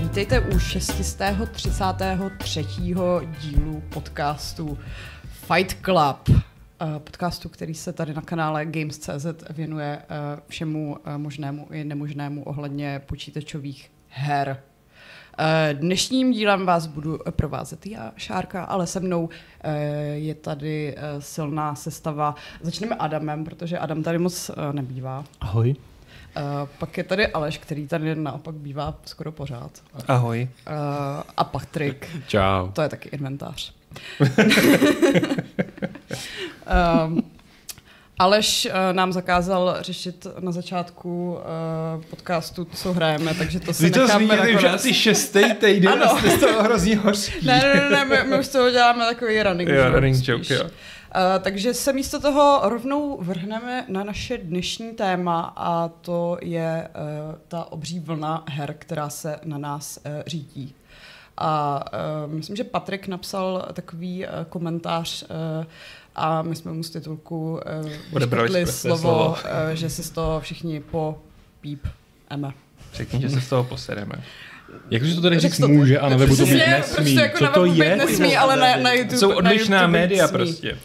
Vítejte u 633. dílu podcastu Fight Club. Podcastu, který se tady na kanále Games.cz věnuje všemu možnému i nemožnému ohledně počítačových her. Dnešním dílem vás budu provázet já, Šárka, ale se mnou je tady silná sestava. Začneme Adamem, protože Adam tady moc nebývá. Ahoj. Pak je tady Aleš, který tady naopak bývá skoro pořád. Ahoj. A Patrik. Čau. To je taky inventář. Aleš nám zakázal řešit na začátku podcastu, co hrajeme, takže to si necháme nakonec. Vy to asi 6. týden a jste z toho hrozně hořký. Ne, my už z toho děláme takový running joke, jo. Takže se místo toho rovnou vrhneme na naše dnešní téma a to je ta obří vlna her, která se na nás řítí. A myslím, že Patrik napsal takový komentář a my jsme mu z titulku vyškrtli slovo, že si z toho všichni popípeme. Řekni, že se z toho posereme. Jakože to tady říct může a na webu to být nesmí. Jako co to je? Nesmí, ale na YouTube. Jsou odlišná YouTube média smí. prostě.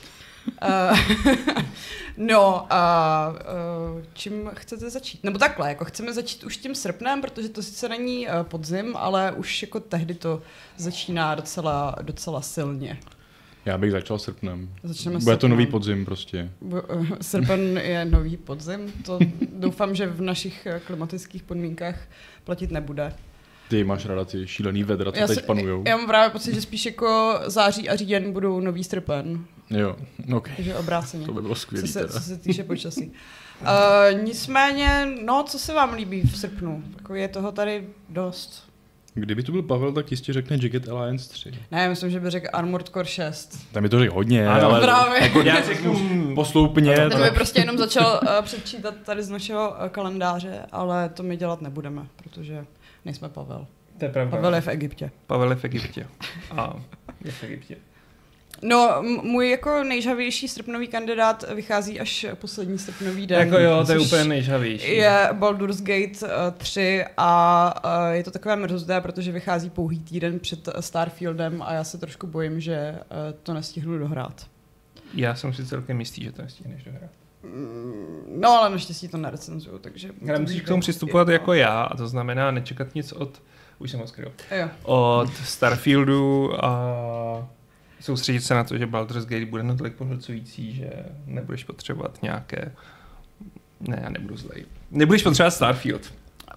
No a čím chcete začít? Nebo takhle, jako chceme začít už tím srpnem, protože to sice není podzim, ale už jako tehdy to začíná docela silně. Já bych začal srpnem. Začneme Bude to srpnem. nový podzim prostě. Srpen je nový podzim, to doufám, že v našich klimatických podmínkách platit nebude. Ty máš ráda ty šílený vedra, co teď panujou. Já mám právě pocit, že spíš jako září a říjen budou nový srpen. Jo, ok. Takže obráceně. To by bylo skvělý Co teda. se týče počasí. Nicméně, no, co se vám líbí v srpnu? Jako je toho tady dost. Kdyby tu byl Pavel, tak jistě řekne Jagged Alliance 3. Ne, myslím, že by řekl Armored Core 6. Tam je to řekl hodně, Ano, ale právě. jako Já řeknu postupně. Ten by prostě jenom začal předčítat tady z našeho kalendáře, ale to my dělat nebudeme, protože nejsme Pavel. To je pravda. Pavel je v Egyptě. Pavel je v Egyptě. A je v Egyptě. No, můj jako nejžhavější srpnový kandidát vychází až poslední srpnový den. Jako jo, to je úplně nejžhavější. Je Baldur's Gate 3 a je to takové mrzutné, protože vychází pouhý týden před Starfieldem a já se trošku bojím, že to nestihnu dohrát. Já jsem si celkem jistý, že to nestihneš dohrát. No, ale naštěstí to nerecenzuju, takže... Ale musíš k tomu přistupovat jako já, a to znamená nečekat nic už jsem odkryl, od Starfieldu a soustředit se na to, že Baldur's Gate bude natolik pohlcující, že nebudeš potřebovat nějaké... Ne, já nebudu zlej. Nebudeš potřebovat Starfield.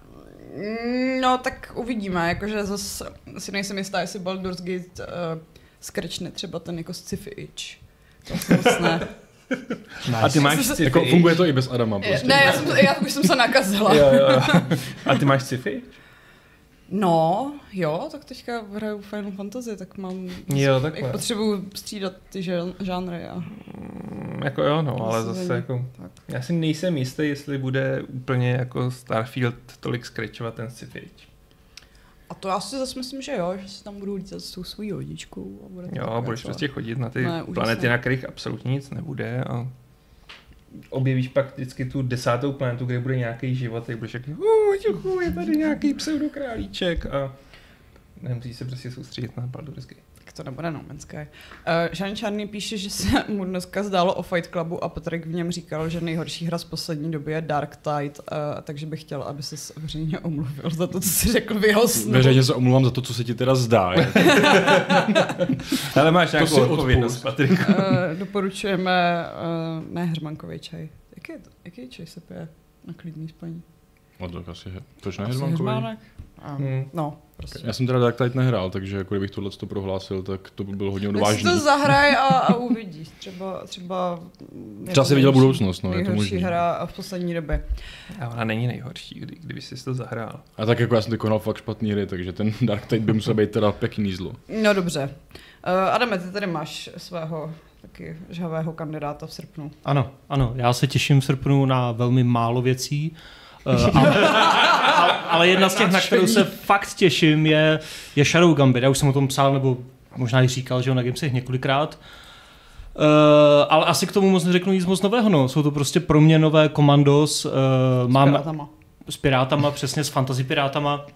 No, tak uvidíme, jakože zase si nejsem jistá, jestli Baldur's Gate skrečne třeba ten jako sci-fi itch. To moc ne. Nice. A ty máš sci-fi Jako funguje to i bez Adama prostě. Ne, já už jsem se nakazila. Jo. A ty máš sci-fi? No, jo, tak teďka hraju Final Fantasy, tak mám... Jo, takhle. Jak potřebuju střídat ty žánry a... Jako jo, no, ale zase jako... Tak. Já si nejsem jistý, jestli bude úplně jako Starfield tolik skrečovat ten sci-fi. A to já si zase myslím, že jo, že si tam budu lítat s tou svojí lodičkou. A bude to Jo, budeš prostě chodit na ty planety, na kterých absolutně nic nebude a objevíš pak vždycky tu 10. planetu, kde bude nějaký život, tak budeš jaký, děkuji, je tady nějaký pseudokrálíček a nemusíš se prostě soustředit na Baldur's Gate. Tak to nebude No Man's Sky. Žán Čárný píše, že se mu dneska zdálo o Fight Clubu a Patrik v něm říkal, že nejhorší hra z poslední doby je Dark Tide, takže bych chtěl, aby ses veřejně omluvil za to, co jsi řekl v jeho snu. Veřejně se omluvám za to, co se ti teda zdá. Ale máš nějakou odpovědnost, Patrik. Doporučujeme ne Hermankový čaj. Jaký čaj se pije na klidný spaní? No to asi proč ne Hermankový? No, prostě. Já jsem teda Dark Tide nehrál, takže jako kdybych tohleto prohlásil, tak to by bylo hodně odvážný. Tak si to zahraj a uvidíš. Třeba si viděl budoucnost, no, je to nejhorší možný. hra v poslední době. A ona není nejhorší, kdyby jsi to zahrál. A tak jako já jsem teď konal fakt špatný hry, takže ten Dark Tide by musel být teda pěkný zlo. No dobře. Adame, ty tady máš svého taky žhavého kandidáta v srpnu. Ano, já se těším v srpnu na velmi málo věcí, ale jedna z těch, na kterou se fakt těším, je Shadow Gambit. Já už jsem o tom psal, nebo možná i říkal, že ho na Gamesech několikrát. Ale asi k tomu moc neřeknu nic moc nového. No. Jsou to prostě pro mě nové Commandos. S pirátama. S pirátama, přesně s fantasy pirátama.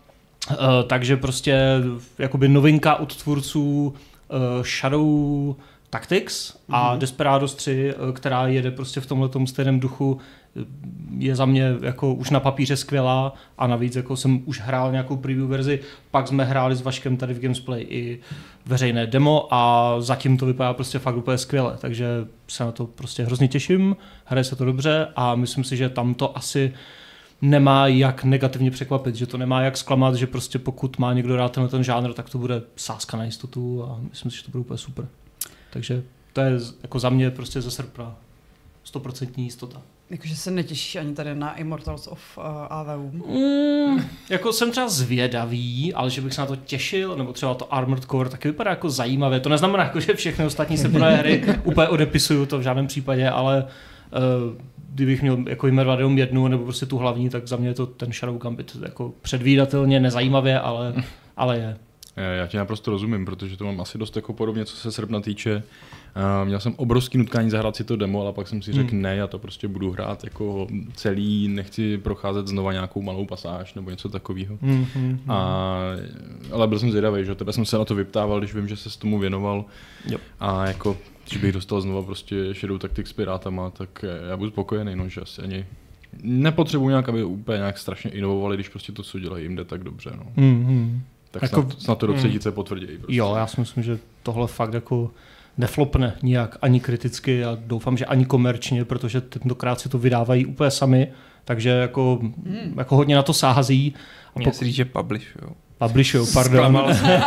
Takže prostě jakoby novinka od tvůrců Shadow Tactics a Desperados 3, která jede prostě v tomhletom stejném duchu, je za mě jako už na papíře skvělá a navíc jako jsem už hrál nějakou preview verzi, pak jsme hráli s Vaškem tady v Gamesplay i veřejné demo a zatím to vypadá prostě fakt úplně skvěle, takže se na to prostě hrozně těším, hraje se to dobře a myslím si, že tam to asi nemá jak negativně překvapit, že to nemá jak zklamat, že prostě pokud má někdo rád ten žánr, tak to bude sázka na jistotu a myslím si, že to bude úplně super. Takže to je jako za mě prostě ze srpna 100% jistota. Jakože se netěšíš ani tady na Immortals of AVU? Jako jsem třeba zvědavý, ale že bych se na to těšil, nebo třeba to Armored Core taky vypadá jako zajímavě. To neznamená, jako, že všechny ostatní srpnové hry úplně odepisuju, to v žádném případě, ale kdybych měl jako jmenovat jenom jednu, nebo prostě tu hlavní, tak za mě je to ten Shadow Gambit jako předvídatelně nezajímavě, ale je. Já ti naprosto rozumím, protože to mám asi dost jako podobně, co se srpna týče. Měl jsem obrovský nutkání zahrát si to demo, ale pak jsem si řekl, ne, já to prostě budu hrát jako celý, nechci procházet znova nějakou malou pasáž nebo něco takového. Ale byl jsem zvědavý, že tebe jsem se na to vyptával, když vím, že se s tomu věnoval. Yep. A jako, když bych dostal znova prostě Shadow Tactics s pirátama, tak já budu spokojený, no, že asi ani nepotřebuji nějak, aby úplně nějak strašně inovovali, když prostě to, co dělají, jim jde tak dobře, no. Tak jako, snad to do třetice potvrdí. Prostě. Jo, já si myslím, že tohle fakt jako neflopne nijak ani kriticky a doufám, že ani komerčně, protože tentokrát si to vydávají úplně sami, takže jako hodně na to sází. Měl si říct, že publishujou. Publishujou, pardon.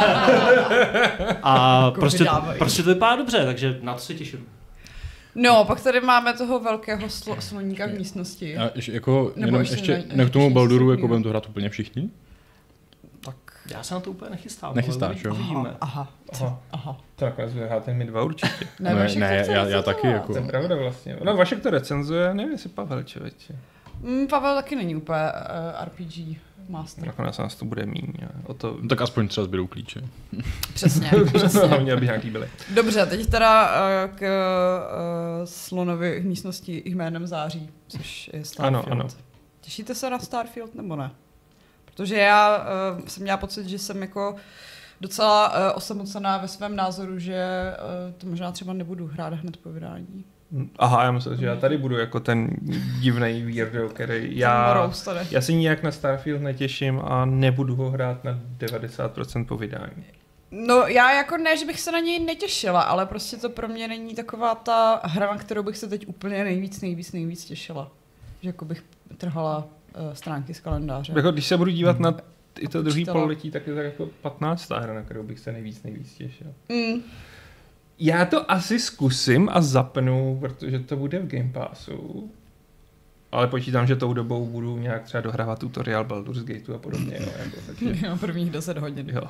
A prostě to vypadá dobře, takže na to se těším. No, pak tady máme toho velkého sloníka v místnosti. A jako, ještě k tomu Balduru, jako budeme to hrát úplně všichni? Tak já se na to úplně nechystám. Nechystáš, jo? Aha. To nakonec hrát my dva určitě. Ne, já taky. Jako. To je pravda vlastně. No, Vašek to recenzuje, nevím, jestli Pavel, člověče. Pavel taky není úplně RPG master. Nakonec nás to bude míň. No, tak aspoň třeba zbydou klíče. Přesně. Měl bych nějaký byly. Dobře, teď teda k slonovi v místnosti jménem září, což je Starfield. Ano. Těšíte se na Starfield nebo ne? Protože já jsem měla pocit, že jsem jako docela osamocená ve svém názoru, že to možná třeba nebudu hrát hned po vydání. Aha, já myslím, že já tady budu jako ten divnej weirdo, který já si nijak na Starfield netěším a nebudu ho hrát na 90% po vydání. No já jako ne, že bych se na něj netěšila, ale prostě to pro mě není taková ta hra, na kterou bych se teď úplně nejvíc těšila. Že jako bych trhala stránky z kalendáře. Jako, když se budu dívat na i to druhý pololetí, tak je to jako 15. hra, na kterou bych se nejvíc těšil. Já to asi zkusím a zapnu, protože to bude v Game Passu. Ale počítám, že tou dobou budu nějak třeba dohrávat tutoriál Baldur's Gateu a podobně. Jo, prvních 10 hodin. Jo.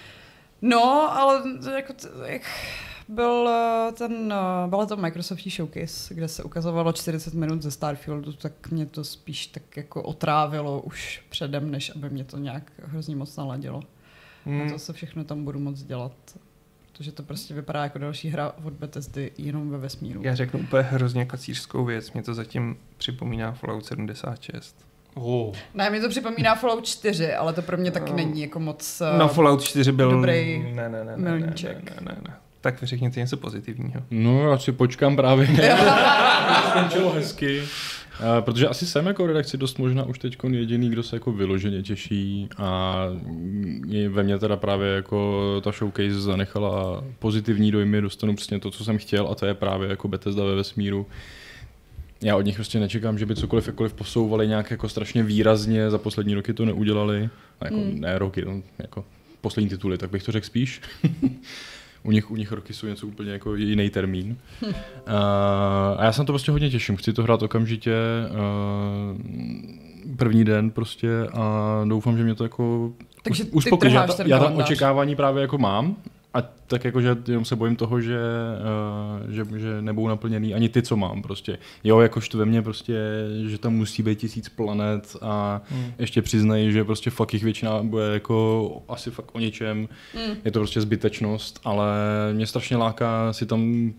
No, ale jako jak byla to Microsoftí showcase, kde se ukazovalo 40 minut ze Starfieldu, tak mě to spíš tak jako otrávilo už předem, než aby mě to nějak hrozně moc naladilo. A to se všechno tam budu moc dělat. Protože to prostě vypadá jako další hra od Bethesdy jenom ve vesmíru. Já řeknu úplně hrozně kacířskou věc. Mě to zatím připomíná Fallout 76. Ne, mě to připomíná Fallout 4, ale to pro mě taky není jako moc no, Fallout 4 byl dobrý milníček. Ne. Tak vyřekněte něco pozitivního. No, já si počkám právě. Skončilo hezky. Protože asi jsem jako redakci dost možná už teď jediný, kdo se jako vyloženě těší a ve mně teda právě jako ta showcase zanechala pozitivní dojmy, dostanu přesně to, co jsem chtěl a to je právě jako Bethesda ve vesmíru. Já od nich prostě nečekám, že by cokoliv jakkoliv posouvali nějak jako strašně výrazně, za poslední roky to neudělali, jako ne roky, no, jako poslední tituly, tak bych to řekl spíš. U nich roky jsou něco úplně jako jiný termín. A já se na to prostě hodně těším. Chci to hrát okamžitě první den prostě a doufám, že mě to jako takže uspokojí. Já tam očekávání právě jako mám A tak jakože jenom se bojím toho, že nebudou naplněný ani ty, co mám prostě. Jo, jakož to ve mně prostě, že tam musí být 1000 planet a ještě přiznají, že prostě fakt jich většina bude jako asi fakt o ničem. Je to prostě zbytečnost, ale mě strašně láká si tam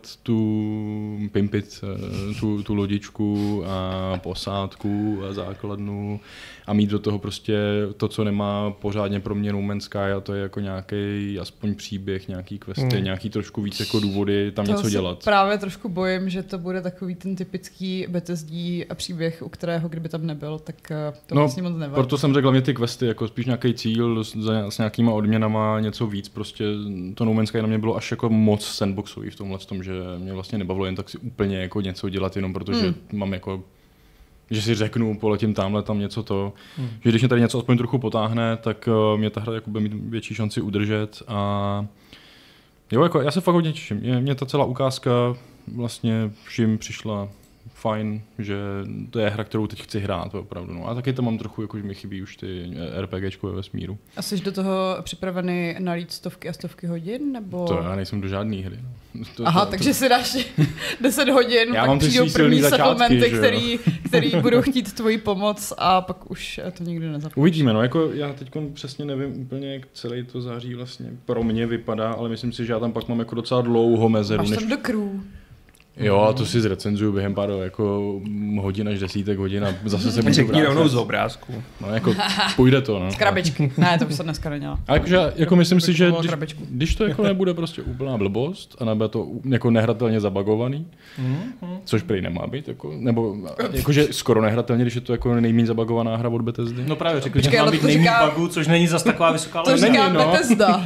pimpit tu lodičku a posádku a základnu a mít do toho prostě to, co nemá pořádně pro mě No Man's Sky, a to je jako nějaký aspoň příběh, nějaký questy, nějaký trošku víc jako důvody tam něco dělat. Právě trošku bojím, že to bude takový ten typický Bethesdí příběh, u kterého kdyby tam nebyl, tak to vlastně moc nevadí. Proto jsem řekl hlavně ty questy, jako spíš nějaký cíl s nějakýma odměnama, něco víc, prostě to No Man's Sky na mě bylo až jako moc sandboxový v tomhle tom, že mě vlastně nebavilo jen tak si úplně jako něco dělat, jenom protože mám jako že si řeknu, poletím tamhle, tam něco to, že když mě tady něco aspoň trochu potáhne, tak mě ta hra jako bude mít větší šanci udržet a jo, jako já se fakt hodně těším. Mě ta celá ukázka vlastně všim přišla fajn, že to je hra, kterou teď chci hrát, opravdu. No. A taky tam mám trochu, jako, že mi chybí už ty RPGčkové vesmíru. A jsi do toho připravený nalít stovky a stovky hodin? Nebo... To já nejsem do žádný hry. No. Takže si dáš 10 hodin, já pak přijdou první settlementy, který budou chtít tvoji pomoc a pak už to nikdy nezapočíš. Uvidíme, no, jako já teď přesně nevím úplně, jak celý to září vlastně pro mě vypadá, ale myslím si, že já tam pak mám jako docela dlouho mezeru. Máš tam do crew. Jo, a to si zrecenzuju během pár jako hodin až desítek hodin a zase se budu Řekni rovnou z obrázku. No jako půjde to, no. Z krabičky. Ne, to už se dneska nedělá. A jakože, jako myslím si, že když to jako nebude prostě úplná blbost a nebude to jako nehratelně zabagovaný, což prý nemá být, jako, nebo jakože skoro nehratelně, když je to jako nejméně zabagovaná hra od Bethesdy. No právě řekl, že má být nejméně bugů, což není zas taková vysoká. To říká Bethesda.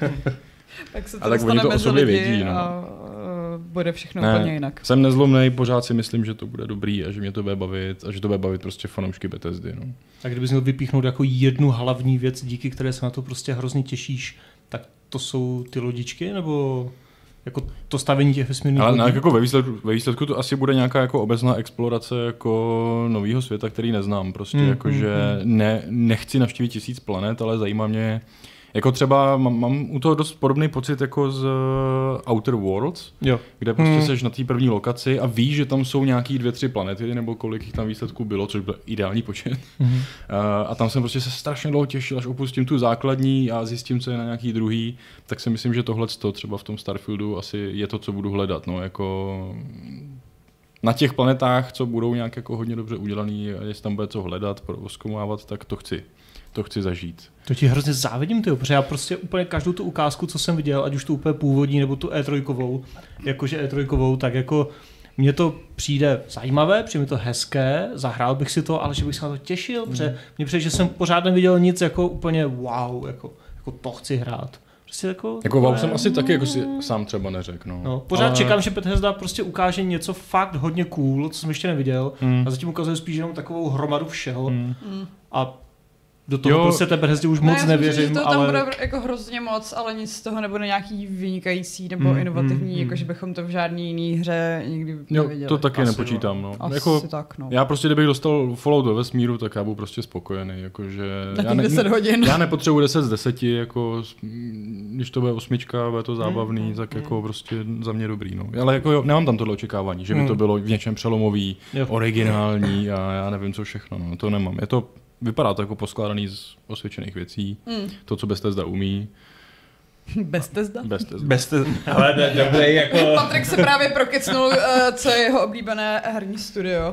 Tak se to dostane mezi lidi a bude všechno úplně jinak. Jsem nezlomnej, pořád si myslím, že to bude dobrý a že mě to bude bavit a že to bude bavit prostě fanoušky Bethesdy. No. A kdybys měl vypíchnout jako jednu hlavní věc, díky které se na to prostě hrozně těšíš, tak to jsou ty lodičky, nebo jako to stavění těch vesmírných lodí? Ale jako ve výsledku to asi bude nějaká jako obecná explorace jako nového světa, který neznám. Prostě jakože nechci navštívit 1000 planet, ale zajímá mě. Jako třeba mám u toho dost podobný pocit jako z Outer Worlds, kde prostě seš na té první lokaci a víš, že tam jsou nějaký 2-3 planety, nebo kolik jich tam výsledků bylo, což byl ideální počet. A tam jsem prostě se strašně dlouho těšil, až opustím tu základní a zjistím, co je na nějaký druhý, tak si myslím, že tohleto třeba v tom Starfieldu asi je to, co budu hledat. No, jako na těch planetách, co budou nějak jako hodně dobře udělaný, a jestli tam bude co hledat, prozkoumávat, tak to chci zažít. To ti hrozně závidím, protože já prostě úplně každou tu ukázku, co jsem viděl, ať už tu úplně původní, nebo tu E3, jakože E3, tak jako mně to přijde zajímavé, přijde mi to hezké, zahrál bych si to, ale že bych se na to těšil, protože mně přijde, že jsem pořád neviděl nic jako úplně wow, jako to chci hrát. Prostě jako wow jsem asi taky jako si sám třeba neřekl. No, pořád čekám, že Bethesda prostě ukáže něco fakt hodně cool, co jsem ještě neviděl, a zatím ukazuje spíš jenom takovou hromadu všeho. A do toho prostě té Bethesdě už moc nevěřím, že to tam bude jako hrozně moc, ale nic z toho nebude nějaký vynikající nebo inovativní, jako že bychom to v žádný jiný hře nikdy neviděli. To taky nepočítám, no. Asi tak, no. Já prostě, kdybych dostal Fallout do vesmíru, tak já budu prostě spokojený, jakože na 10 hodin. Já nepotřebuji 10 z 10, jako když to bude 8, bude to zábavný, tak jako prostě za mě dobrý, no. Ale jako nemám tam tohle očekávání, že by to bylo v něčem přelomový, originální a já nevím co všechno, no. To nemám. Je to vypadá to jako poskládaný z osvědčených věcí. To, co Bethesda umí. Bethesda? Ale dobrý jako... Patrik se právě prokecnul, co je jeho oblíbené herní studio.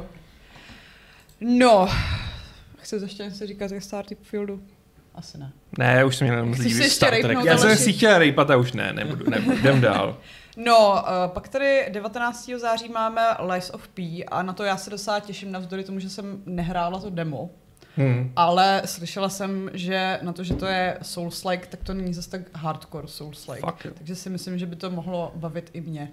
No. Chci ještě něco říkat ke Starfieldu? Asi ne. Ne, už jsem měl zlíbit Star Trek. Já jsem si chtěl rejpat a už nebudu. Jdem dál. No, pak tady 19. září máme Lies of P a na to já se docela těším navzdory tomu, že jsem nehrála to demo. Ale slyšela jsem, že na to, že to je Souls-like, tak to není zase tak hardcore Souls-like. Takže si myslím, že by to mohlo bavit i mě.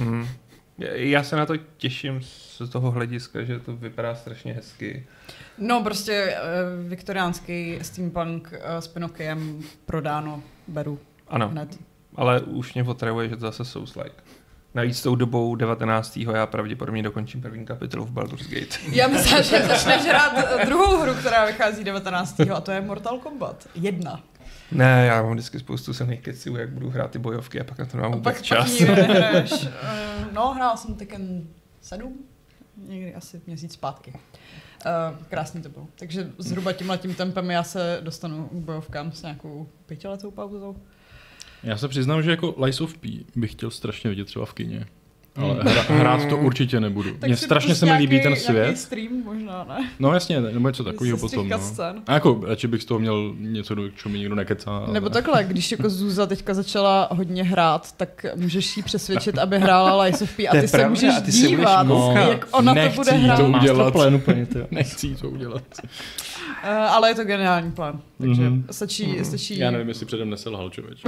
Já se na to těším z toho hlediska, že to vypadá strašně hezky. No prostě viktoriánský steampunk s Pinokiem prodáno, beru hned. Ale už mě otravuje, že to zase Souls-like. Navíc tou dobou 19. já pravděpodobně dokončím první kapitolu v Baldur's Gate. Já myslím, že začneš hrát druhou hru, která vychází 19. a to je Mortal Kombat 1. Ne, já mám vždycky spoustu silných keců, jak budu hrát ty bojovky a pak na to nemám vůbec čas. Pak nehraješ. No, hrál jsem Tekken 7, někdy asi měsíc zpátky. Krásný to bylo. Takže zhruba tímhletím tempem já se dostanu k bojovkám s nějakou 5letou pauzou. Já se přiznám, že jako Lies of P bych chtěl strašně vidět třeba v kině. Ale hrát to určitě nebudu. Mně strašně se mi líbí ten svět. Nějaký stream možná, ne? No jasně, nebo něco takového potom. No. A jako radši bych z toho měl něco, do čemu mi nikdo nekecá. Ale... Nebo takhle, když jako Zuza teďka začala hodně hrát, tak můžeš jí přesvědčit, aby hrála Lies of P a ty se můžeš dívat, jak ona to bude hrát. Nechci to udělat. Ale je to geniální plán, takže stačí... Já nevím, jestli předem neselhal člověk.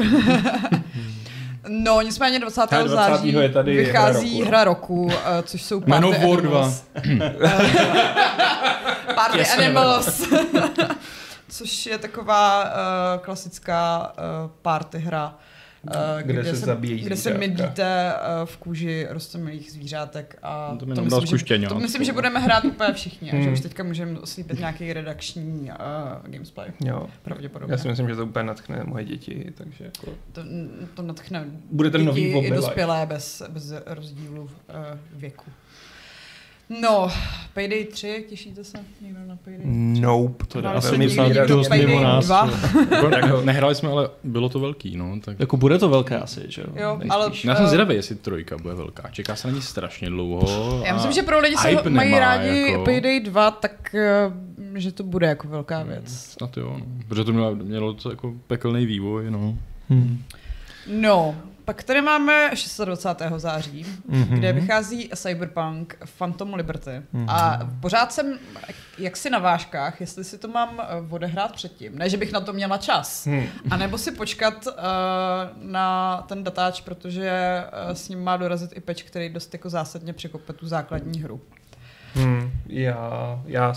No, nicméně 20. září vychází hra roku, což jsou Party Man of War 2. Party Animals. Což je taková klasická party hra, kde se mydlíte v kůži roztomilých zvířátek a to myslím, že budeme hrát úplně všichni, že už teďka můžeme slíbit nějaký redakční gamesplay. Jo. Pravděpodobně. Já si myslím, že to úplně natchne moje děti, takže jako... To natchne bude ten nový děti i dospělé bez rozdílu věku. No, Payday 3, těšíte se někdo na Payday 3? Nope. To dá se dost mimo nás. Nehráli jsme, ale bylo to velký, no. Tak... Jako bude to velké asi, že jo? Ale, já jsem zvědavý, jestli 3 bude velká. Čeká se na ní strašně dlouho. Já myslím, že pro lidi, co mají rádi jako... Payday 2, tak že to bude jako velká věc. Snad jo, no. Protože to mělo to jako pekelný vývoj, no. No, pak tady máme 26. září, kde vychází Cyberpunk Phantom Liberty. A pořád jsem jaksi na vážkách, jestli si to mám odehrát předtím. Ne, že bych na to měla čas. A nebo si počkat na ten datáč, protože s ním má dorazit i patch, který dost jako zásadně překope tu základní hru. Já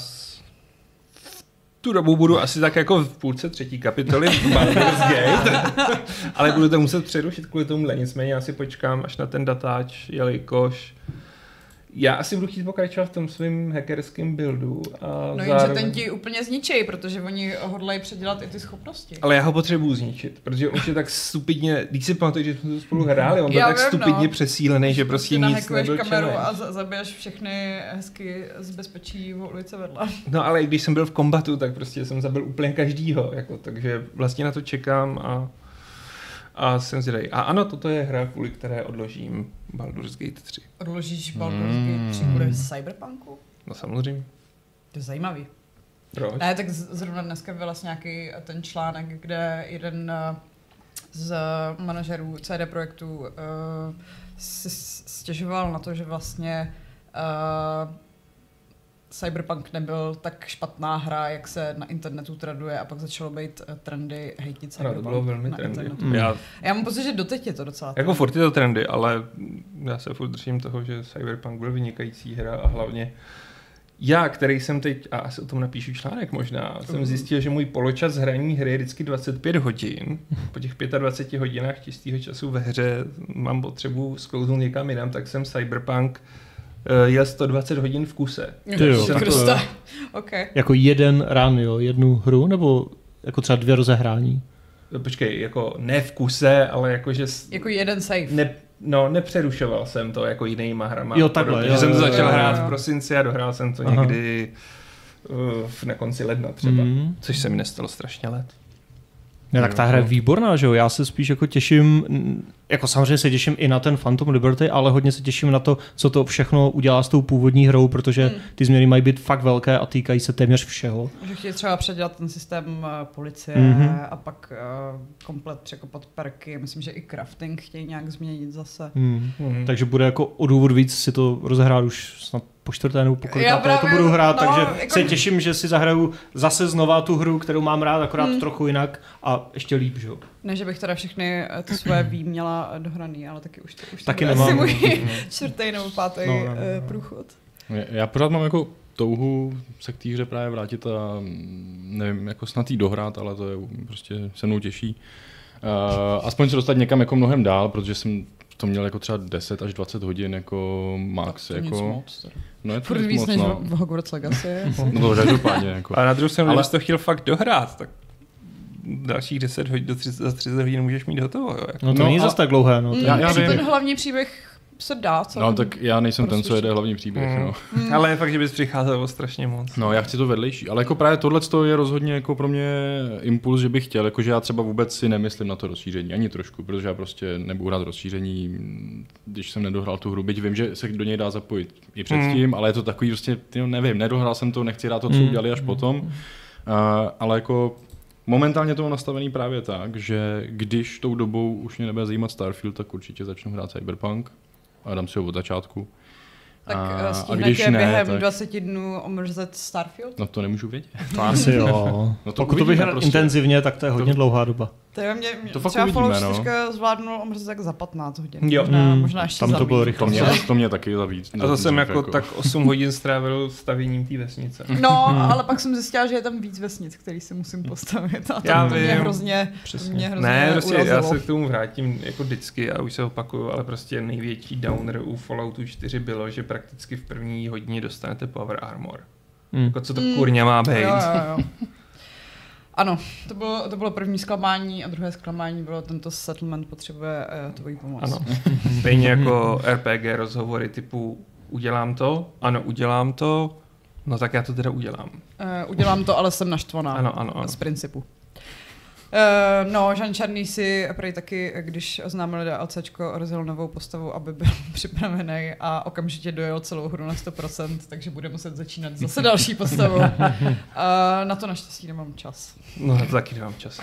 tu dobu budu asi tak jako v půlce 3. kapitoly v Baldur's Gate, ale budu to muset přerušit kvůli tomuhle. Nicméně já si počkám až na ten datáč, jelikož já asi budu chtít pokračovat v tom svým hackerským buildu. No jenže ten ti úplně zničí, protože oni hodlají předělat i ty schopnosti. Ale já ho potřebuju zničit, protože on je tak stupidně, když si pamatuju, že jsme to spolu hráli, on byl tak stupidně přesílený, že prostě nic nebyl kameru a zabiješ všechny hezky z bezpečí v ulice vedle. No ale když jsem byl v kombatu, tak prostě jsem zabil úplně každýho, jako, takže vlastně na to čekám a jsem zvědavý. A ano, toto je hra, kvůli které odložím Baldur's Gate 3. Odložíš Baldur's Gate 3 kvůli Cyberpunku? No samozřejmě. To je zajímavý. Proč? Ne, tak zrovna dneska byl vlastně nějaký ten článek, kde jeden z manažerů CD Projektu si stěžoval na to, že vlastně Cyberpunk nebyl tak špatná hra, jak se na internetu traduje a pak začalo být trendy hejtit Cyberpunk. Ano, to bylo velmi trendy. Já mám pocit, že doteď je to docela. Jako furt je to trendy, ale já se furt držím toho, že Cyberpunk byl vynikající hra a hlavně já, který jsem teď, a asi o tom napíšu článek možná, jsem zjistil, že můj poločas hraní hry je vždycky 25 hodin. Po těch 25 hodinách čistého času ve hře mám potřebu sklouznout někam jinam, tak jsem Cyberpunk jel 120 hodin v kuse. Okay. Jako jeden run, jo? Jednu hru, nebo jako třeba 2 rozehrání? Počkej, jako ne v kuse, ale jako že... Jako jeden save. Nepřerušoval jsem to jako jinýma hrama. Jo, takhle. Jo, jsem to začal hrát v prosinci a dohrál jsem to někdy na konci ledna třeba. Což se mi nestalo strašně let. Ne, tak ta hra je výborná, že jo? Já se spíš jako těším, jako samozřejmě se těším i na ten Phantom Liberty, ale hodně se těším na to, co to všechno udělá s tou původní hrou, protože ty změny mají být fakt velké a týkají se téměř všeho. Že chtějí třeba předělat ten systém policie a pak komplet překopat perky. Myslím, že i crafting chtějí nějak změnit zase. Takže bude jako o důvod víc si to rozehrát už snad po 4. nebo po kolikáté to budu hrát, takže jako... se těším, že si zahraju zase znova tu hru, kterou mám rád, akorát trochu jinak a ještě líp, že jo. Ne, že bych teda všechny ty svoje měla dohraný, ale taky už taky nemám. Asi můj 4. nebo 5. průchod. Já pořád mám jako touhu se k té hře právě vrátit a nevím, jako snad jí dohrát, ale to je prostě se mnou těší. Aspoň se dostat někam jako mnohem dál, protože jsem to měl jako třeba 10 až 20 hodin jako max. To jako... moc. No je to furt víc než v Hogwarts Legacy. No to každopádně. Jako. A na druhou stranu, kdybys to chtěl fakt dohrát, tak dalších 10 hodin za 30 hodin můžeš mít hotovo. Jo? No to není zase tak dlouhé. No, já vím. Ten hlavní příběh se dá. No tak já nejsem ten, co jede hlavní příběh. No. Ale je fakt, že bys přicházel strašně moc. No já chci to vedlejší, ale jako právě tohle je rozhodně jako pro mě impuls, že bych chtěl, jakože já třeba vůbec si nemyslím na to rozšíření, ani trošku, protože já prostě nebudu hrát rozšíření, když jsem nedohrál tu hru, byť vím, že se do něj dá zapojit i předtím, ale je to takový prostě, nevím, nedohrál jsem to, nechci hrát to, co udělali až potom, ale jako momentálně to mám nastavený právě tak, že když tou dobou už mě nebude zajímat Starfield, tak určitě začnu hrát Cyberpunk a dám si ho od začátku. Tak stihnete během 20 dnů omrzet Starfield? No to nemůžu vědět. To asi jo. No pokud to bych hrál prostě intenzivně, tak to je hodně dlouhá doba. To třeba Fallout 4 zvládnul omrzet tak za 15 hodin. Jo. Možná ještě tam to bylo rychle. To mě taky za víc. A to jsem jako tak 8 hodin strávil stavěním té vesnice. No, ale pak jsem zjistila, že je tam víc vesnic, který si musím postavit. A to mě hrozně ne, prostě já se k tomu vrátím jako vždycky a už se opakuju, ale prostě největší downer u Falloutu 4 bylo, že prakticky v první hodině dostanete power armor. Jako co to kurňa má být. Jo. Ano, to bylo první zklamání a druhé zklamání bylo, tento settlement potřebuje tvoji pomoc. Ano. Stejně jako RPG rozhovory typu udělám to, ano, udělám to, no tak já to teda udělám. Udělám to, ale jsem naštvaná. Ano. Z principu. No, Jean Černý si prej taky, když oznámili DLCčko, rozjel novou postavu, aby byl připravený a okamžitě dojel celou hru na 100%, takže bude muset začínat zase další postavu. Na to naštěstí nemám čas. No, to taky nemám čas.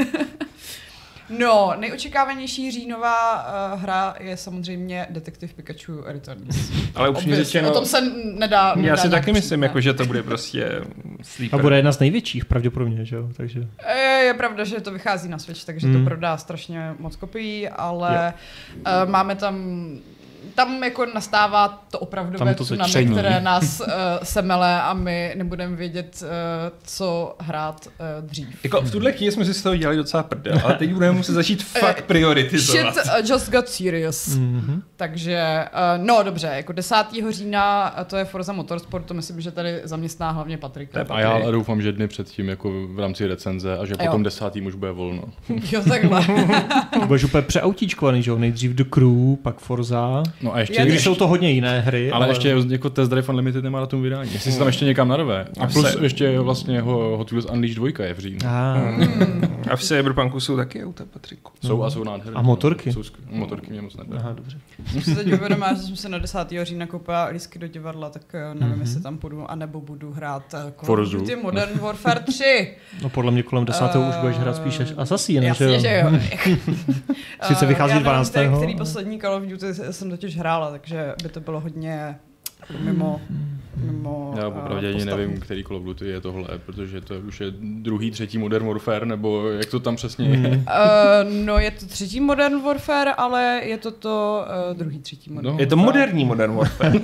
No, nejočekávanější říjnová hra je samozřejmě Detective Pikachu Returns. Ale upřímně řečeno, o tom se nedá já si taky myslím, jako, že to bude prostě sleeper. A bude jedna z největších pravděpodobně, že jo? Takže... Je pravda, že to vychází na Switch, takže to prodá strašně moc kopií, ale máme tam jako nastává to opravdové tsunami, které nás semele a my nebudeme vědět, co hrát dřív. Jako v tuhle chvíli jsme si z toho dělali docela prdel, ale teď budeme muset začít fakt prioritizovat. Shit just got serious. Takže, no dobře, jako 10. října to je Forza Motorsport, to myslím, že tady zaměstná hlavně Patrika. A já doufám, že dny předtím jako v rámci recenze a že potom 10. už bude volno. Jo, takhle. Budeš úplně přeautíčkovaný, že jo? Nejdřív The Crew, pak Forza. No a ještě, když jsou to hodně jiné hry. Ale ještě jako Test Drive Unlimited nemá na tom vydání. Jestli se tam ještě někam narve. A plus ještě vlastně Hot Wheels Unleashed 2 je v říjnu. A v Cyberpunku jsou taky auta, Patriku. Jsou nádherné. A motorky? Motorky mě moc nebyly. Aha, dobře. Jsem se teď uvědomila, že jsem se na 10. října koupila lístky do divadla, tak nevím, jestli tam půjdu, anebo budu hrát Call of Duty Modern Warfare 3. No podle mě kolem 10. už budeš hrát spíš až Assassin, jasně, že jo. Sice vychází 12. Který poslední Call of Duty jsem totiž hrála, takže by to bylo hodně mimo já opravdu ani nevím, který Call of Duty je tohle, protože to už je druhý, třetí Modern Warfare, nebo jak to tam přesně je? No je to třetí Modern Warfare, ale je to druhý, třetí Modern Warfare. Je to moderní Modern Warfare.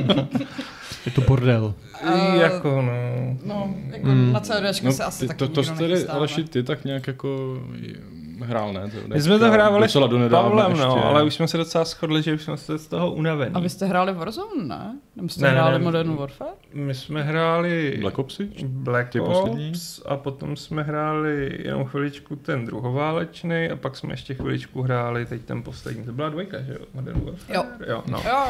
Je to bordel. Jako na CDčko se asi taky nikdo nechystá. Aleši, ty tak nějak jako hrál, ne? My jsme to hrávali s Pavlem, ale už jsme se docela shodli, že už jsme se z toho unavení. A vy jste hráli Warzone, ne? Nebo jste hráli Modern Warfare? My jsme hráli Black Ops a potom jsme hráli jenom chviličku ten druhoválečný a pak jsme ještě chviličku hráli teď ten poslední. To byla 2, že jo? Modern Warfare? Jo.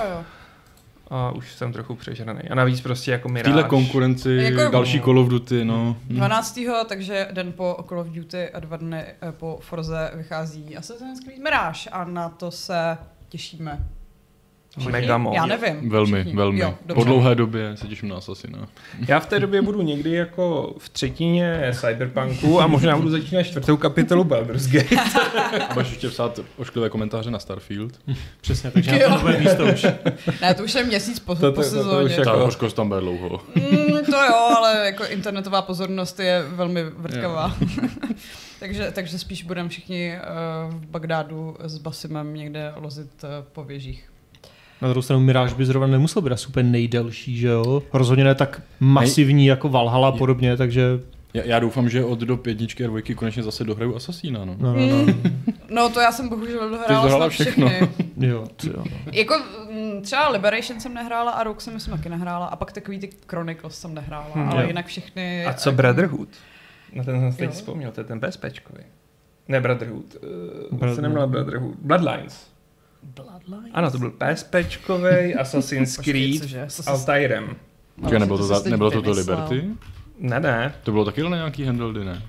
A už jsem trochu přežraný. A navíc prostě jako Mirage. Týhle konkurenci, jako další Call of Duty, no. 12. takže den po Call of Duty a 2 dny po Forze vychází Assassin's Creed Mirage a na to se těšíme. Mega moc. Já nevím. Velmi. Jo, po dlouhé době se těším na Assassina. Já v té době budu někdy jako v třetině Cyberpunku a možná budu začínat 4. kapitolu Baldur's Gate. A budeš ještě psát ošklivé komentáře na Starfield. Přesně, takže na to bude místo už. Ne, to už je měsíc po sezóně. Ta hořkost tam bude dlouho. To jo, ale jako internetová pozornost je velmi vrtkavá. takže spíš budeme všichni v Bagdádu s Basimem někde lozit po věžích. Na druhou stranu Mirage by zrovna nemusel být super nejdelší, že jo? Rozhodně ne tak masivní jako Valhalla a podobně, takže... Já doufám, že od do 5 a 2 konečně zase dohraju Assassina, no. No to já jsem bohužel dohrála všechny. Jo. Jako třeba Liberation jsem nehrála a Rogue jsem myslím taky nehrála a pak takový ty Chronicles jsem nehrála, ale jinak všechny... A co Brotherhood? Na ten jsem teď vzpomněl, to je ten PSPčkový. Ne Brotherhood. To se neměl Brotherhood. Bloodlines. Ano, to byl PSPčkovej Assassin's Creed s Altairem. Nebylo to Liberty? Ne. To bylo taky na nějaký handledy, ne?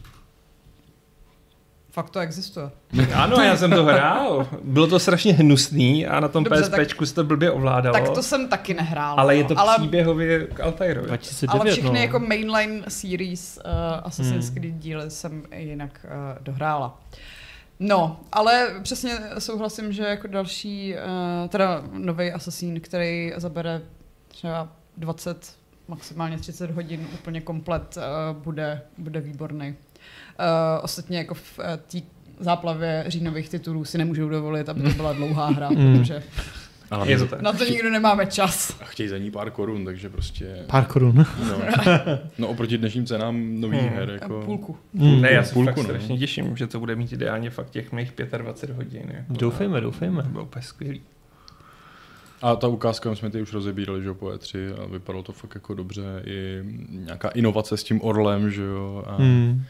Fakt to existuje. Ano, já jsem to hrál. Bylo to strašně hnusný a na tom PSPčku se to blbě ovládalo. Tak to jsem taky nehrál. Ale je to příběhově k Altairovi. 2009, ale všechny jako mainline series Assassin's Creed díly jsem jinak dohrála. No, ale přesně souhlasím, že jako další, teda nový Assassin, který zabere třeba 20, maximálně 30 hodin úplně komplet, bude výborný. Ostatně jako v té záplavě říjnových titulů si nemůžou dovolit, aby to byla dlouhá hra, protože na to nikdo nemáme čas. A chtějí za ní pár korun, takže prostě... Pár korun. No oproti dnešním cenám nových her jako... Půlku. Ne, já se fakt strašně těším, že to bude mít ideálně fakt těch mých 25 hodin. Jako doufejme. To bylo úplně skvělý. A ta ukázka, jsme tady už rozebírali, že jo, po E3 a vypadalo to fakt jako dobře. I nějaká inovace s tím orlem, že jo. A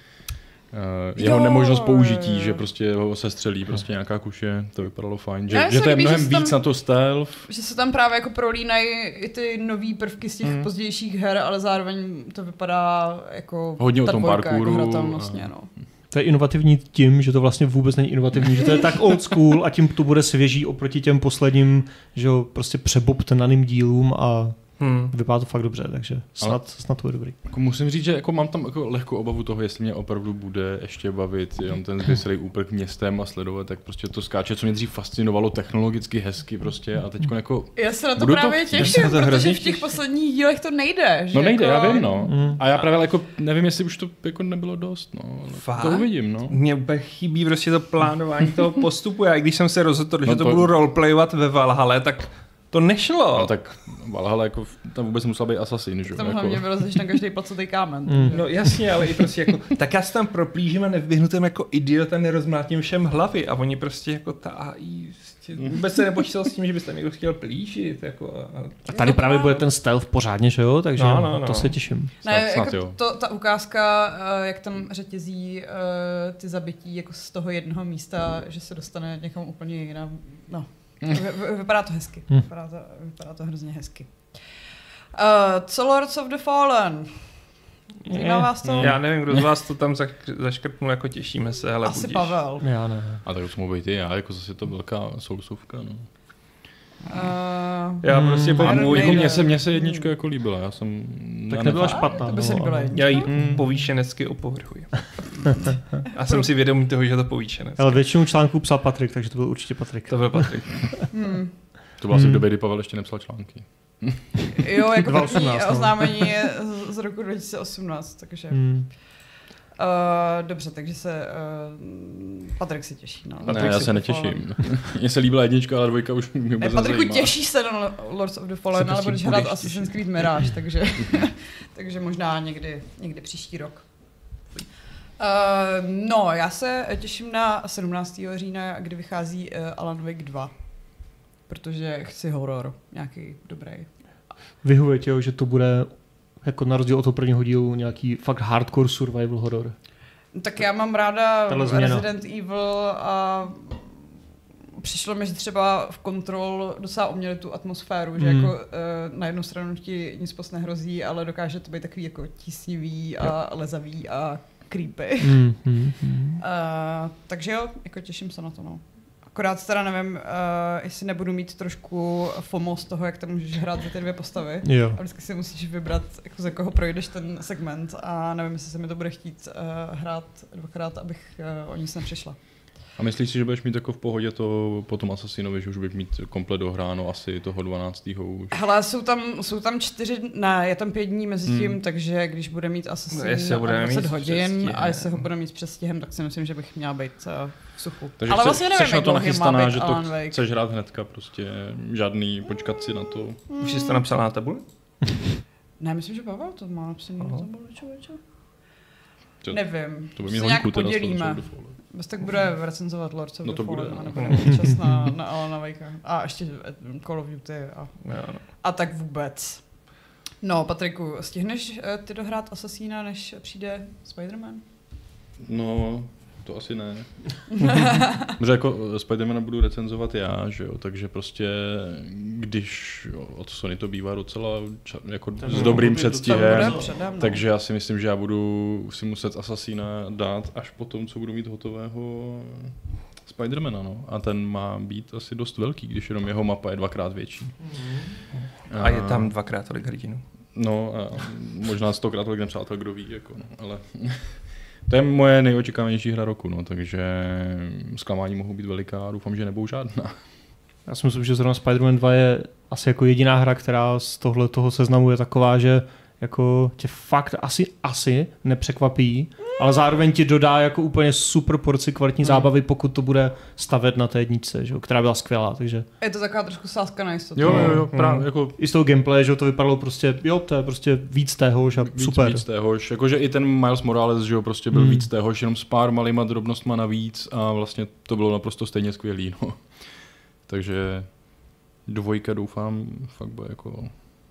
jeho nemožnost použití, že prostě ho sestřelí prostě nějaká kuše, to vypadalo fajn. Že to je mnohem víc na to stealth. Že se tam právě jako prolínají i ty nový prvky z těch pozdějších her, ale zároveň to vypadá jako hodně o tom parkouru. Jako hratelnostně, no. To je inovativní tím, že to vlastně vůbec není inovativní, že to je tak old school a tím to bude svěží oproti těm posledním, že jo, prostě přebobtnaným dílům a vypadá to fakt dobře, takže snad to je dobrý. Jako musím říct, že jako mám tam jako lehkou obavu toho, jestli mě opravdu bude ještě bavit jenom ten zvěsilý úprk městem a sledovat, tak prostě to skáče, co mě dřív fascinovalo technologicky hezky prostě a teď jako... Já se na to právě těším, protože v těch posledních dílech to nejde. Že no nejde, jako... já vím, no. A já právě jako nevím, jestli už to jako nebylo dost, no. Fakt? To uvidím, no. Mně úplně chybí prostě to plánování toho postupu. Já i když jsem se rozhodl, že to budu roleplayovat ve Valhalle, tak to nešlo. No tak Valhalla jako tam vůbec musel být Assassin, že jo? Tam jako... hlavně vylezeš na každý placatý kámen. No jasně, ale i prostě jako, tak já se tam proplížím a nevběhnu tam jako idiot a nerozmlátím všem hlavy a oni prostě jako ta AI vůbec se nepočítal s tím, že byste někdo chtěl plížit. Jako a tady právě bude ten stealth pořádně, že jo? Takže to se těším. Ne, snad jako ta ukázka, jak tam řetězí ty zabití jako z toho jednoho místa, že se dostane někam úplně jinam. No. Vypadá to hezky. Vypadá to hrozně hezky. Co Lords of the Fallen? Zajímá vás to? Já nevím, kdo z vás to tam zaškrtnul, jako těšíme se, ale asi budíš. Pavel. Já ne. A tak už mohu být i já, jako zase to velká sousovka, no. Já prostě mně se jednička jako líbila, já jsem... Tak nebyla špatná. To by se líbila jednička. Já ji povýšenecky opovrhuji. A jsem si vědomý toho, že to povýšenecky. Ale většinu článků psal Patrik, takže to byl určitě Patrik. To byl Patrik. To bylo asi v době, kdy Pavel ještě nepsal články. Jo, jako první oznámení je z roku 2018, takže... Dobře, takže se Patrik se těší. No. Ne, já se netěším. Mně se líbila jednička, ale dvojka už mě vůbec nezajímá. Patriku, těšíš se na Lords of the Fallen, ale budeš hrát Assassin's Creed Mirage, takže možná někdy příští rok. No, já se těším na 17. října, kdy vychází Alan Wake 2. Protože chci horor, nějaký dobrý. Vyhovuje tě, že to bude jako na rozdíl od toho prvního dílu nějaký fakt hardcore survival horror? Tak já mám ráda Resident Evil a přišlo mi, že třeba v Control docela uměli tu atmosféru, že jako na jednu stranu ti nic moc nehrozí, ale dokáže to být takový jako tísnivý a lezavý a creepy. Takže jo, jako těším se na to, no. Akorát teda nevím, jestli nebudu mít trošku FOMO z toho, jak tam můžeš hrát za ty dvě postavy. Jo. A vždycky si musíš vybrat, jako za koho projdeš ten segment a nevím, jestli se mi to bude chtít hrát dvakrát, abych o nic nepřišla. A myslíš si, že budeš mít jako v pohodě to po tom Assassinovi, že už budeš mít komplet dohráno asi toho 12. už? Hele, jsou tam 4, ne, je tam 5 dní mezi tím, takže když bude mít Assassin 20 hodin a jestli ho bude mít přestihem, tak si myslím, že bych měla být v suchu. Takže ale vlastně nevím, jak dlouhý má být že to chceš hrát hnedka, prostě žádný počkat si na to. Už jsi to napsal na tabuli? Ne, myslím, že Pavel to má napsaný na tabuli, člověče. Nevím, to by mě nějak podělíme. Bez tak bude recenzovat Lords of the Fallen a nebude mít čas na Alana Wakea. A ještě Call of Duty a tak vůbec. No, Patriku, stihneš ty dohrát Assassina, než přijde Spider-Man? No, to asi ne. Protože jako Spider-Mana budu recenzovat já, že jo, takže prostě když od Sony to bývá docela jako s dobrým předstihem, takže já si myslím, že já budu si muset Assassina dát až po tom, co budu mít hotového Spider-Mana, no. A ten má být asi dost velký, když jenom jeho mapa je 2x větší. A je tam 2x tolik hrdinů. No a možná 100x tolik nepřátel, kdo ví, jako, no, ale... To je moje nejočekávanější hra roku, no, takže zklamání mohou být veliká a doufám, že nebudou žádná. Já si myslím, že zrovna Spider-Man 2 je asi jako jediná hra, která z toho seznamu je taková, že jako tě fakt asi nepřekvapí, ale zároveň ti dodá jako úplně super porci kvalitní zábavy, pokud to bude stavět na té jedničce, že, která byla skvělá, takže... Je to taková trošku sázka na jistotu. Jo, právě jako... I z toho gameplay, že to vypadalo prostě, to je prostě víc téhož a super. Víc téhož, jakože i ten Miles Morales, že jo, prostě byl víc téhož, jenom s pár malýma drobnostma navíc a vlastně to bylo naprosto stejně skvělý, no. Takže 2 doufám, fakt bude jako...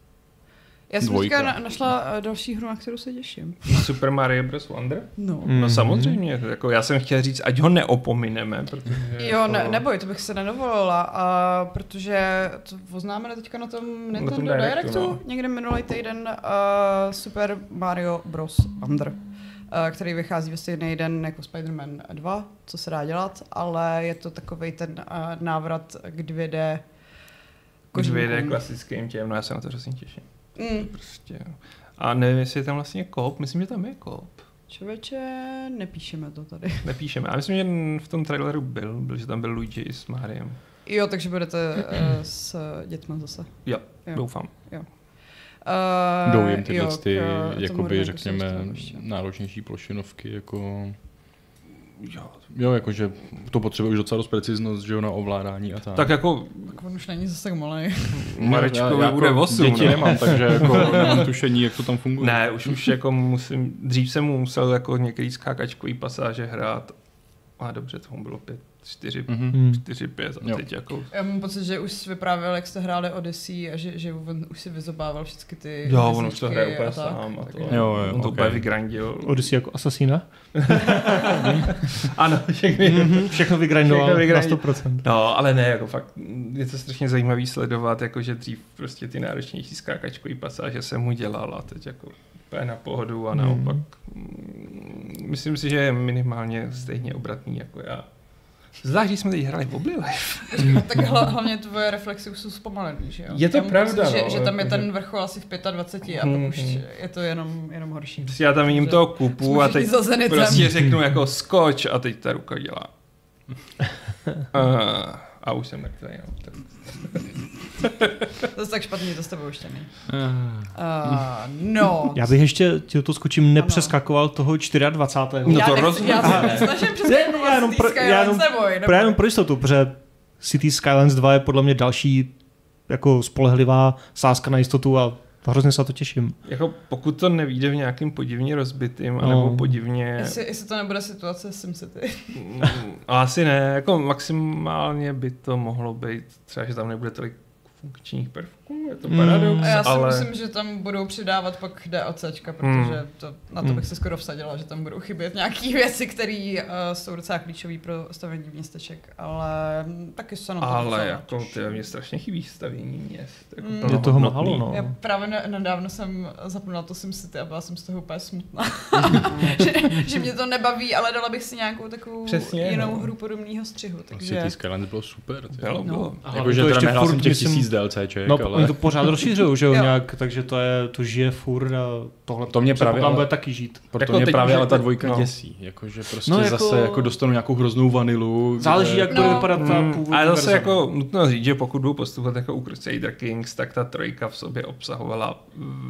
Já jsem teďka našla další hru, na kterou se těším. Super Mario Bros. Wonder? No samozřejmě, jako já jsem chtěl říct, ať ho neopomineme, protože... Jo, jako... neboj, to bych se nedovolila, protože to oznámili teďka na tom Nintendo Directu, no. Někde minulý týden Super Mario Bros. Wonder, který vychází ve stejný den jako Spider-Man 2, co se dá dělat, ale je to takovej ten návrat k 2D kožníkům. 2D klasickým těm, no já se na to hrozně těším. Prostě. A nevím, jestli je tam vlastně koop, myslím, že tam je koop. Člověče, nepíšeme to tady. Nepíšeme, a myslím, že v tom traileru byl, že tam byl Luigi s Mariem. Jo, takže budete s dětmi zase. Jo, doufám. Jo. Jdou jim tyhle jakoby, řekněme, náročnější plošinovky, jako... Jo, jakože to potřebuje už docela dost preciznost, že jo, na ovládání a tak. Tak jako... Tak on už není zase tak malej. Marečkovi bude 8. Děti nemám, takže jako nemám tušení, jak to tam funguje. Ne, už jako musím... Dřív jsem musel jako některý skákačkový pasáže hrát. A dobře, tomu bylo 4-5 a teď jako... Já mám pocit, že už vyprávěl, jak jste hráli Odyssey a že on už si vyzobával všechny ty... Jo, on už to hraje úplně sám a to. Jo, on to úplně vygrandil. Odyssey jako Assassina? Ano, všechno vygrandoval na 100%. No, ale ne, jako fakt je to strašně zajímavý sledovat, jakože dřív prostě ty náročnější skákačkový pasáže jsem mu dělal a teď jako úplně na pohodu a naopak myslím si, že je minimálně stejně obratný jako já. Zvlášť, když jsme teď hráli v Oblivion. Tak hlavně tvoje reflexy už jsou zpomalený, že jo? Je to pravda, pocit, že tam je ten vrchol asi v 25 a pak už je to jenom horší. Prostě já tam vidím toho kupu a teď prostě řeknu jako skoč a teď ta ruka dělá. A už jsem mrtvý, no. To je tak špatný, to s tebou ještě není. No. Já bych ještě to skočím nepřeskakoval toho 24. No to rozumím. Já se snažím přeskakovat Skylines neboj. Jenom pro jistotu, protože City Skylines 2 je podle mě další jako spolehlivá sázka na jistotu a hrozně se na to těším. Jako pokud to nevíde v nějakým podivně rozbitým, anebo podivně... Jestli to nebude situace SimCity. Asi ne, jako maximálně by to mohlo být, třeba že tam nebude tolik funkčních prvků, je to paradox, já si ale... myslím, že tam budou přidávat pak DLCčka, protože na to bych se skoro vsadila, že tam budou chybět nějaké věci, které jsou docela klíčové pro stavění městeček, ale taky se na to ale jako mě strašně chybí stavění měst. Jako je toho málo, no. Já právě nedávno jsem zapnula to SimCity a byla jsem z toho úplně smutná. že mě to nebaví, ale dala bych si nějakou takovou jinou hru podobného střihu. Takže... City Skylines bylo super. Bylo. Jakože teda nehrál jsem těch 1000 DLCček, no, ale... oni to pořád rozšířují, že jo, nějak, takže to žije furt a tohle to mě právě tam bude taky žít. Proto mě právě ale ta dvojka děsí, jakože prostě zase jako dostanu nějakou hroznou vanilu. Záleží, jak bude vypadat ta původní ale zase jako nutno říct, že pokud budou postupovat jako u Crusader Kings, tak ta trojka v sobě obsahovala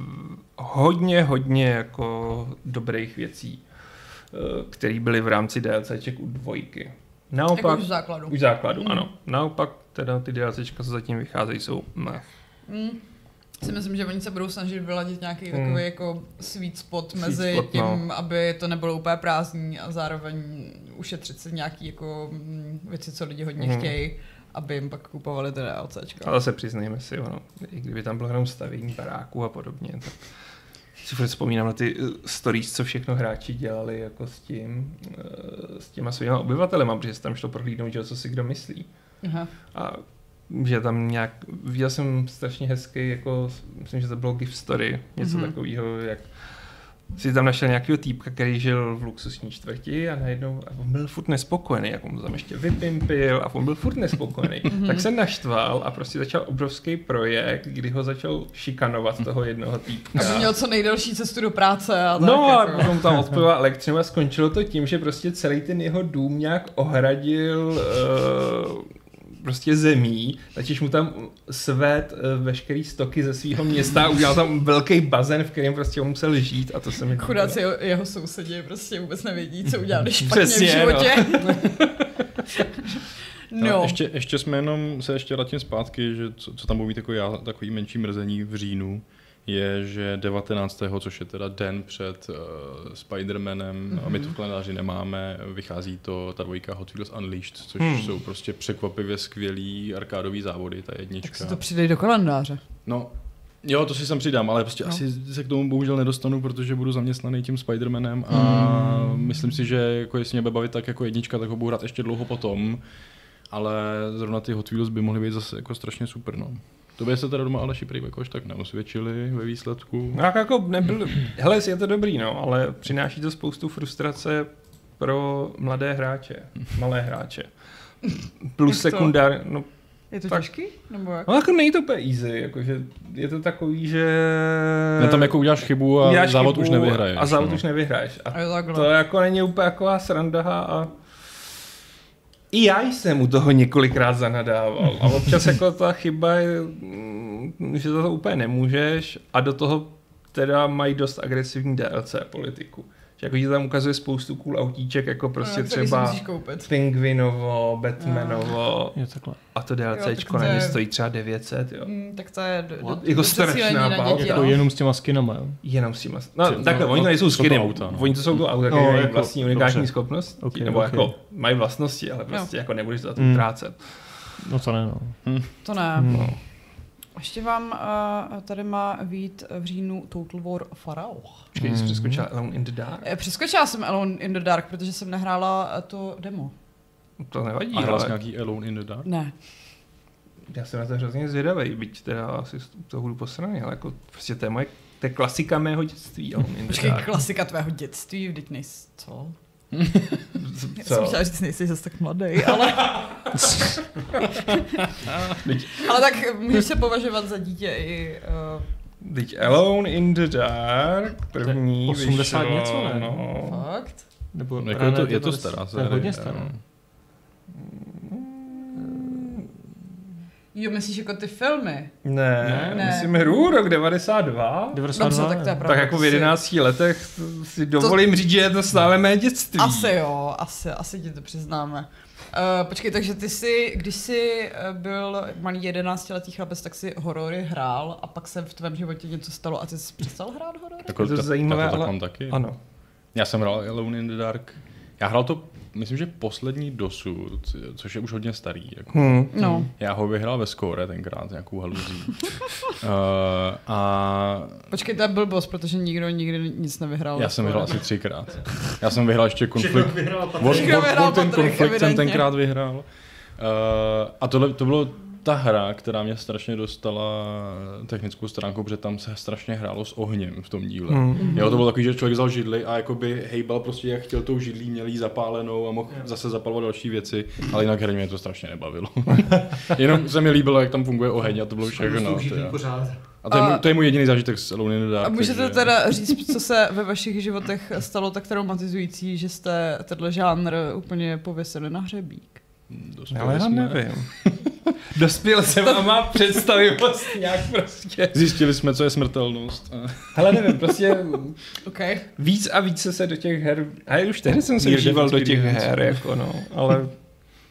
hodně jako dobrých věcí, které byly v rámci DLCček u dvojky. Naopak, jako už základu, ano. Naopak teda ty DLCčka, co zatím vycházejí, jsou si myslím, že oni se budou snažit vyladit nějaký takový jako sweet spot mezi tím, aby to nebylo úplně prázdný a zároveň ušetřit si nějaký jako věci, co lidi hodně chtějí. aby jim pak kupovali ty DLCčka. Ale se přiznejme si, ono, i kdyby tam bylo jenom stavění baráků a podobně, tak si furt vzpomínám na ty stories, co všechno hráči dělali jako s těma svýma obyvatelema, protože se tam šlo prohlídnout, že co si kdo myslí. Aha. A že tam nějak, viděl jsem strašně hezký, jako, myslím, že to bylo gift story, něco takového, jak si tam našel nějakého týpka, který žil v luxusní čtvrti a najednou a on byl furt nespokojený, jak on to tam ještě vypimpil a on byl furt nespokojený. Tak se naštval a prostě začal obrovský projekt, kdy ho začal šikanovat toho jednoho týpka. Aby měl co nejdelší cestu do práce a tak. No a jako. potom tam odpojoval elektřinu a skončilo to tím, že prostě celý ten jeho dům nějak ohradil prostě zemí, začíš mu tam svést veškerý stoky ze svého města a udělal tam velký bazén, v kterém prostě on musel žít a to se mi... Chudáci jeho sousedi prostě vůbec nevědí, co udělali špatně v životě. No. Ještě jsme jenom se ještě vrátím zpátky, že co tam budu mít takový menší mrzení v říjnu, je, že 19. což je teda den před Spider-Manem, a my to v kalendáři nemáme, vychází ta dvojka Hot Wheels Unleashed, což jsou prostě překvapivě skvělý arkádový závody, ta jednička. Tak si to přidej do kalendáře. No, jo, to si sem přidám, ale prostě asi se k tomu bohužel nedostanu, protože budu zaměstnaný tím Spider-Manem a myslím si, že jako jestli mě bude bavit tak jako jednička, tak ho budu hrát ještě dlouho potom, ale zrovna ty Hot Wheels by mohly být zase jako strašně super, no. Tobě se teda doma Aleši prý jakož tak neosvědčili ve výsledku. No jako nebyl, hele, je to dobrý, no, ale přináší to spoustu frustrace pro mladé hráče, malé hráče. Plus sekundár, no. Je to tak, těžký? Nebo jak? No jako není to úplně easy, jakože je to takový, že... No tam jako uděláš chybu a závod už nevyhraješ. A závod už nevyhraješ. A to jako není úplně taková sranda a... I já jsem u toho několikrát zanadával a občas jako ta chyba je, že to úplně nemůžeš a do toho teda mají dost agresivní DLC politiku. Že jako ti tam ukazuje spoustu cool autíček, jako prostě třeba Pingvinovo, Batmanovo a to DLCčko na ně stojí třeba 900, jo. Tak to je jako strašná bálka. Jako jenom s těma skinama, jo? Jenom s těma. No takhle, oni to nejsou skiny, oni to jsou to auta, které mají vlastní unikátní schopnost, nebo jako mají vlastnosti, ale prostě jako nebudeš za to utrácet. No to ne, no. To ne. No. Ještě vám tady má vyjít v říjnu Total War Pharaoh. Počkej, jsi přeskočila Alone in the Dark? Přeskočila jsem Alone in the Dark, protože jsem nehrála to demo. To nevadí, ale... A hrála jsi nějaký Alone in the Dark? Ne. Já jsem na to hrozně zvědavej, byť teda asi to budu posraný, ale jako prostě to je klasika mého dětství. Počkej, klasika tvého dětství, vždyť nejsi, co? Já jsem chtěla říct, nejsi zase tak mladý, ale... ale tak můžeš se považovat za dítě i... Teď Alone in the Dark, první 80 vyšlo, něco, ne? No. Fakt? Nebo jako je to stará série. To je hodně stará. Jo, myslíš jako ty filmy? Ne. Myslím hru, rok 92. 92, tak to je pravda. Tak jako v 11 letech si dovolím říct, že je to stále mé dětství. Asi jo, asi ti to přiznáme. Počkej, takže ty jsi, když jsi byl malý 11letý chlapec, tak si horory hrál a pak se v tvém životě něco stalo a ty jsi přestal hrát horory? Je to zajímavé, ale... mám taky. Ano. Já jsem hrál Alone in the Dark. Já hrál to, myslím, že poslední dosud, což je už hodně starý. Jako. No. Já ho vyhrál ve skóre tenkrát, nějakou haluzí. Počkej, to je blbost, protože nikdo nikdy nic nevyhrál. Já jsem vyhrál asi 3krát. Já jsem vyhrál ještě konflikt. Ten konflikt jsem tenkrát vyhrál. A tohle to bylo ta hra, která mě strašně dostala technickou stránku, protože tam se strašně hrálo s ohněm v tom díle. Jo, to bylo takový, že člověk vzal židli a jakoby hejbal prostě jak chtěl tou židlí, měl jí zapálenou a mohl zase zapalovat další věci, ale jinak herně mě to strašně nebavilo. Jenom se mi líbilo, jak tam funguje oheň a to bylo všechno. A to je můj jediný zážitek s Alone in the Dark. A můžete teda říct, co se ve vašich životech stalo tak traumatizující, že jste tenhle žánr úplně pověsili na hřebík? Ale já nevím. Dospěl jsem a má představivost nějak prostě. Zjistili jsme, co je smrtelnost. Hele, nevím, prostě okay. Víc a víc se do těch her, a už tehdy jsem se díval do těch her, jako no, ale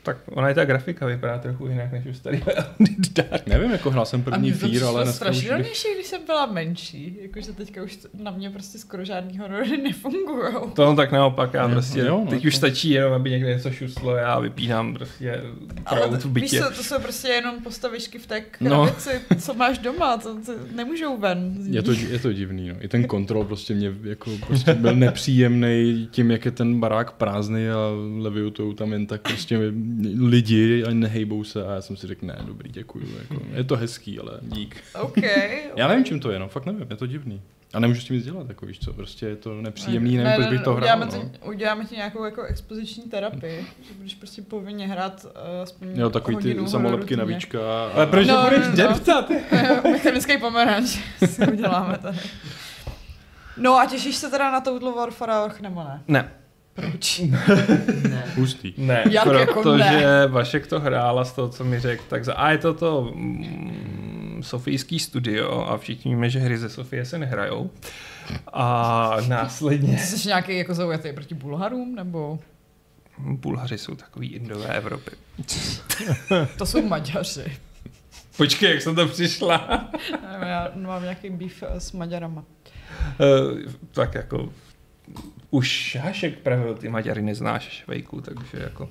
Tak ona je ta grafika vypadá trochu jinak než u starého Dark. Nevím, jako hrál jsem první Fear, ale dneska už strašidelnější, když jsem byla menší. Jakože teďka už na mě prostě skoro žádný horory nefungujou. To tak naopak, já prostě teď už stačí jenom, aby někde něco šuslo, já vypínám prostě proud v bytě. Víš co, to jsou prostě jenom postavičky v té krabici, co máš doma, to nemůžou ven. Je to divný, no. I ten kontrol prostě mě jako prostě byl nepříjemný tím, jak je ten barák prázdný a leviutujou tam jen tak prostě lidi a nehejbou se a já jsem si řekl, ne, dobrý, děkuju. Jako, je to hezký, ale dík. Okay. Já nevím, čím to je, no, fakt nevím, je to divný. A nemůžu s tím nic dělat, jako víš co, prostě je to nepříjemný, nevím, proč bych to hrál. Uděláme ti nějakou jako expoziční terapii, že budeš prostě povinně hrát aspoň jo, takový ty samolepky na víčka. Ale proč budeš deptat? Mechanický pomeranč si uděláme tady. No a těšíš se teda na Total War Warhammer nebo ne? Ne. Proč? Ne. Hustý. Ne, protože Vašek to hrál a z toho, co mi řekl, tak a je to sofijský studio a všichni víme, že hry ze Sofie se nehrajou. A následně... Jsi nějaký jako zaujatý proti Bulharům, nebo... Bulhaři jsou takový Indové Evropy. To jsou Maďaři. Počkej, jak jsem to přišla. Já mám nějaký beef s Maďarama. Tak jako... Už Hašek pravil, ty Maďary neznáš, Vejku, takže jako...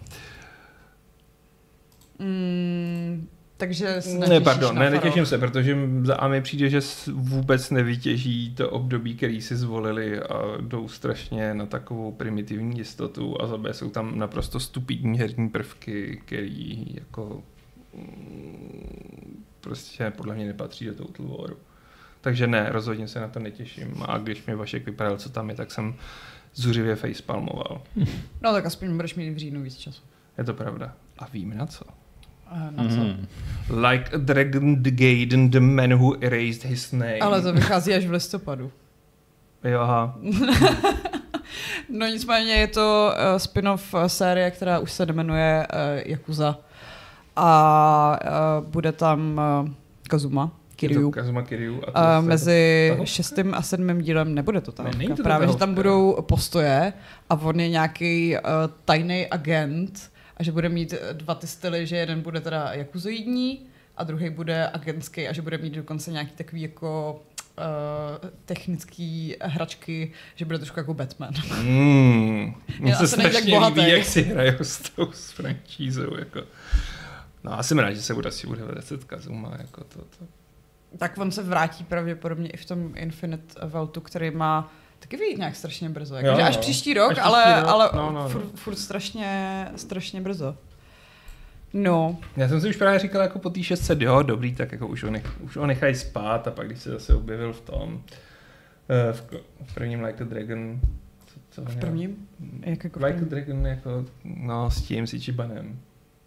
Takže se netěšíš netěším se, protože a mi přijde, že vůbec nevytěží to období, který si zvolili a jdou strašně na takovou primitivní jistotu a za B jsou tam naprosto stupidní herní prvky, který jako prostě podle mě nepatří do Total Waru. Takže ne, rozhodně se na to netěším a když mi Vašek vypadal, co tam je, tak jsem zuřivě facepalmoval. No tak aspoň budeš mít v říjnu víc času. Je to pravda. A vím na co. Na co? Like a Dragon the Gaiden, the man who erased his name. Ale to vychází až v listopadu. Jo, aha. No nicméně je to spin-off série, která už se jmenuje Yakuza. A bude tam Kazuma Kiryu. Kazuma Kiryu. A mezi 6. a 7. dílem nebude to tam. Právě, že tam budou postoje a on je nějaký tajný agent a že bude mít dva ty styly, že jeden bude teda jakuzoidní a druhý bude agentský a že bude mít dokonce nějaký takový jako technický hračky, že bude trošku jako Batman. Mně se strašně líbí, jak si hrajou s tou franšízou. Jako. No a jsem rád, že se bude vracet Kazuma. Jako to. Tak on se vrátí pravděpodobně i v tom Infinite Weltu, který má taky vyjít nějak strašně brzo. Jako, jo, až příští rok, ale furt strašně brzo. No. Já jsem si už právě říkal jako po té 600, jo, dobrý, tak jako už ho nechají spát a pak když se zase objevil v tom v prvním Like a Dragon. Co v prvním? Jak jako Like a Dragon jako, no s tím, s Ichibanem.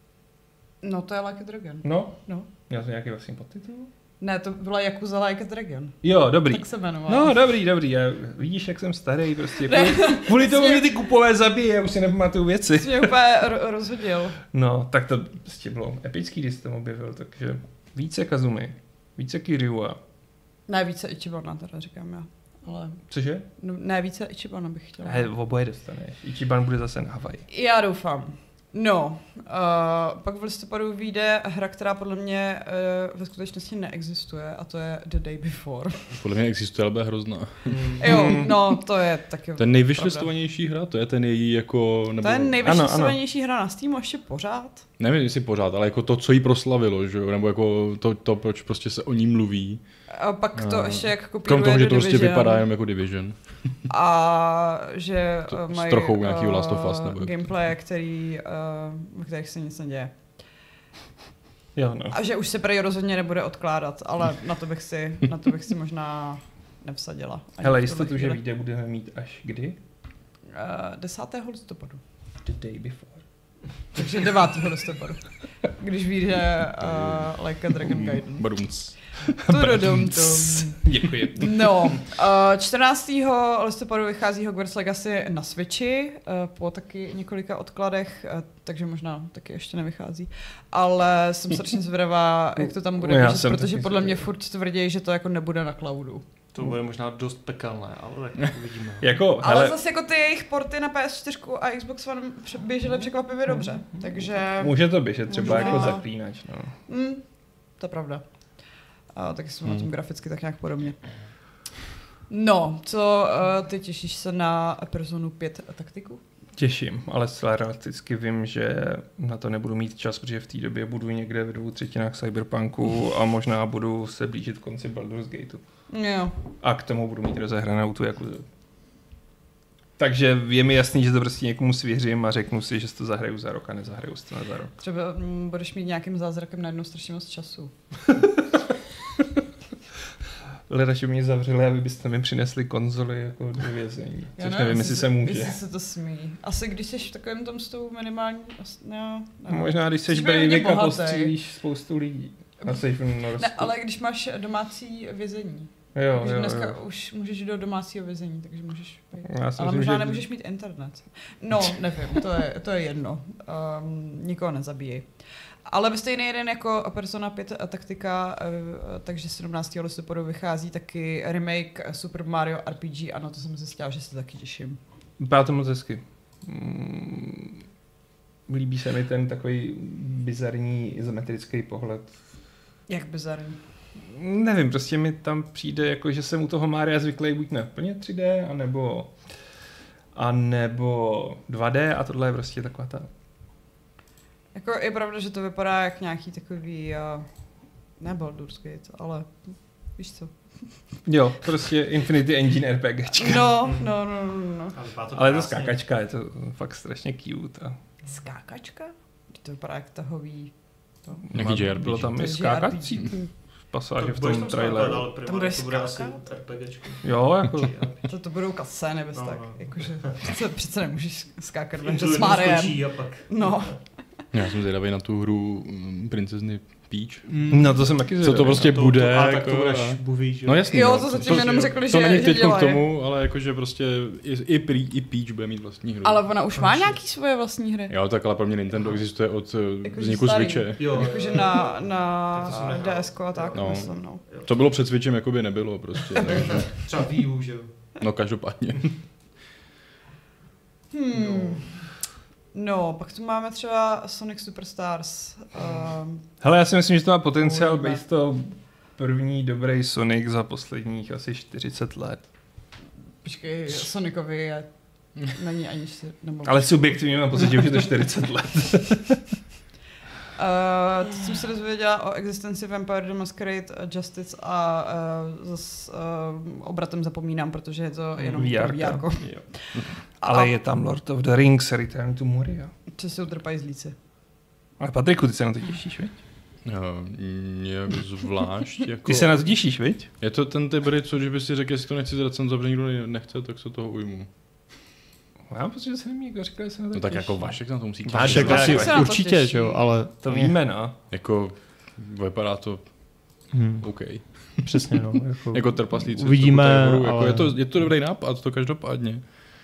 No to je Like a Dragon. No. Měl to nějaký vlastní podtitul? Ne, to byla Yakuza Like a Dragon. Jo, dobrý. Tak se jmenoval. No, dobrý. Vidíš, jak jsem starý, prostě. Kvůli tomu mě ty kupové zabije, já už si nepamatuju věci. Jsi mě úplně rozhodil. No, tak to prostě bylo epický, když jsi tam objevil, takže více Kazumy, více Kiryua. Ne, více Ichibana, teda říkám já. Ale... Cože? No, ne, více Ichibana bych chtěla. Oboje dostaneš. Ichiban bude zase na Havaji. Já doufám. No, pak v listopadu vyjde hra, která podle mě ve skutečnosti neexistuje a to je The Day Before. Podle mě existuje, ale bude hrozná. Jo, no, to je taky ten nejvyšlistovanější hra, to je ten její jako... Nebo... To je nejvyšlistovanější hra na Steamu ještě pořád? Nevím, jestli pořád, ale jako to, co jí proslavilo, že jo, nebo jako to, proč prostě se o ní mluví. A pak to ještě jak kopíruje krom toho, že to prostě vypadá jenom jako Division. A že mají s trochou nějaký Last of Us nebo gameplay, v kterých se nic neděje. Jo, no. A že už se prej rozhodně nebude odkládat, ale na to bych si možná nevsadila. Hele, jistotu, že víte, budeme mít až kdy? 10. listopadu. The Day Before. Takže 9. listopadu. Když vyjde Like a Dragon Gaiden. Děkuji. No, 14. listopadu vychází Hogwarts Legacy na Switchi, po taky několika odkladech, takže možná taky ještě nevychází. Ale jsem strašně zvědavá, jak to tam bude běžet, protože podle mě furt tvrdí, že to jako nebude na cloudu. To bude možná dost pekelné, ale tak uvidíme. Ale zase jako ty jejich porty na PS4 a Xbox One běžely překvapivě dobře, takže... Může to běžet třeba jako zaklínač, no. To je pravda. Taky jsme na tom graficky tak nějak podobně. No, co ty těšíš se na Personu 5 taktiku? Těším, ale zcela realisticky vím, že na to nebudu mít čas, protože v té době budu někde ve 2/3 Cyberpunku a možná budu se blížit v konci Baldur's Gateu. Jo. A k tomu budu mít rozehranou tu Yakuzu. Takže je mi jasný, že to prostě někomu svěřím a řeknu si, že si to zahraju za rok a nezahraju si to za rok. Třeba budeš mít nějakým zázrakem najednou strašně moc času. Radši mě zavřeli, aby byste mi přinesli konzoli jako do vězení. Což nevím, jestli se může. Jestli se to smí. Asi když jsi v takovém tom stavu minimální... Možná když jsi Breivik a postřílíš spoustu lidí. Ne, ale když máš domácí vězení. Jo. Dneska už můžeš do domácího vězení, takže můžeš být. Ale možná nemůžeš mít internet. No, nevím, to je jedno. Nikoho nezabíjí. Ale ve stejný den jako Persona 5 taktika, takže 17. listopadu vychází taky remake Super Mario RPG. Ano, to jsem zjistila, že se taky těším. Vypadá to moc hezky. Líbí se mi ten takový bizarní izometrický pohled. Jak bizarní? Nevím, prostě mi tam přijde, jako, že jsem u toho Maria zvyklý buď na plně 3D, anebo 2D a tohle je prostě taková ta... Jako je pravda, že to vypadá jak nějaký takový, ne Baldur's Gate, ale víš co. Jo, prostě Infinity Engine RPGčka. No. Ale je to skákačka, je to fakt strašně cute. Skákačka? To vypadá jak tahový... Jaký JRPG? Bylo tam i skákací pasáže v tom traileru. Tam bude skákat? Jo, jako... To budou cutscény bez tak. Jakože přece nemůžeš skákat s Mariem. No. Já jsem zvědavý na tu hru Princezny Peach. No to jsem taky zvědavý. Co to prostě bude. A tak to budeš buvíš. No jasný. Jo, to zatím jenom řekli, že to není teď k tomu, ale jakože prostě i Peach bude mít vlastní hru. Ale ona už má nějaký svoje vlastní hry. Jo, tak ale pro mě Nintendo existuje od vzniku Switche. Jakože na DSko a tak. No. Myslím, no. To bylo před Switchem, jakoby nebylo prostě. Takže... Třeba Wii U, že jo? No každopádně. No, pak tu máme třeba Sonic Superstars. Hele, já si myslím, že to má potenciál být to první dobrý Sonic za posledních asi 40 let. Počkej, Sonicovi je... Není ani... Ale subjektivně mám pocit, že už je to 40 let. Teď jsem se dozvěděla o existenci Vampire the Masquerade Justice a zase obratem zapomínám, protože je to jenom VR. Ale je tam Lord of the Rings, Return to Moria. Co jsou trpajzlíci. Ale Patriku, ty se na to těšíš, viď? Nějak zvlášť. Jako... Ty se na to těšíš, viď? Je to ten typ hry, co když by si řekl, jestli to nechci zrecenzovat, protože nikdo nechce, tak se toho ujmu. Já mám pocit, že jsem někdo říkal, že se na to no tak těší. jako Vašek na to musí těšit. Vašek asi určitě, že jo, ale... To víme, no. Jako vypadá to OK. Přesně, no. Jako trpaslíci. Uvidíme, ale... jako je to dobrý nápad, to každopádně.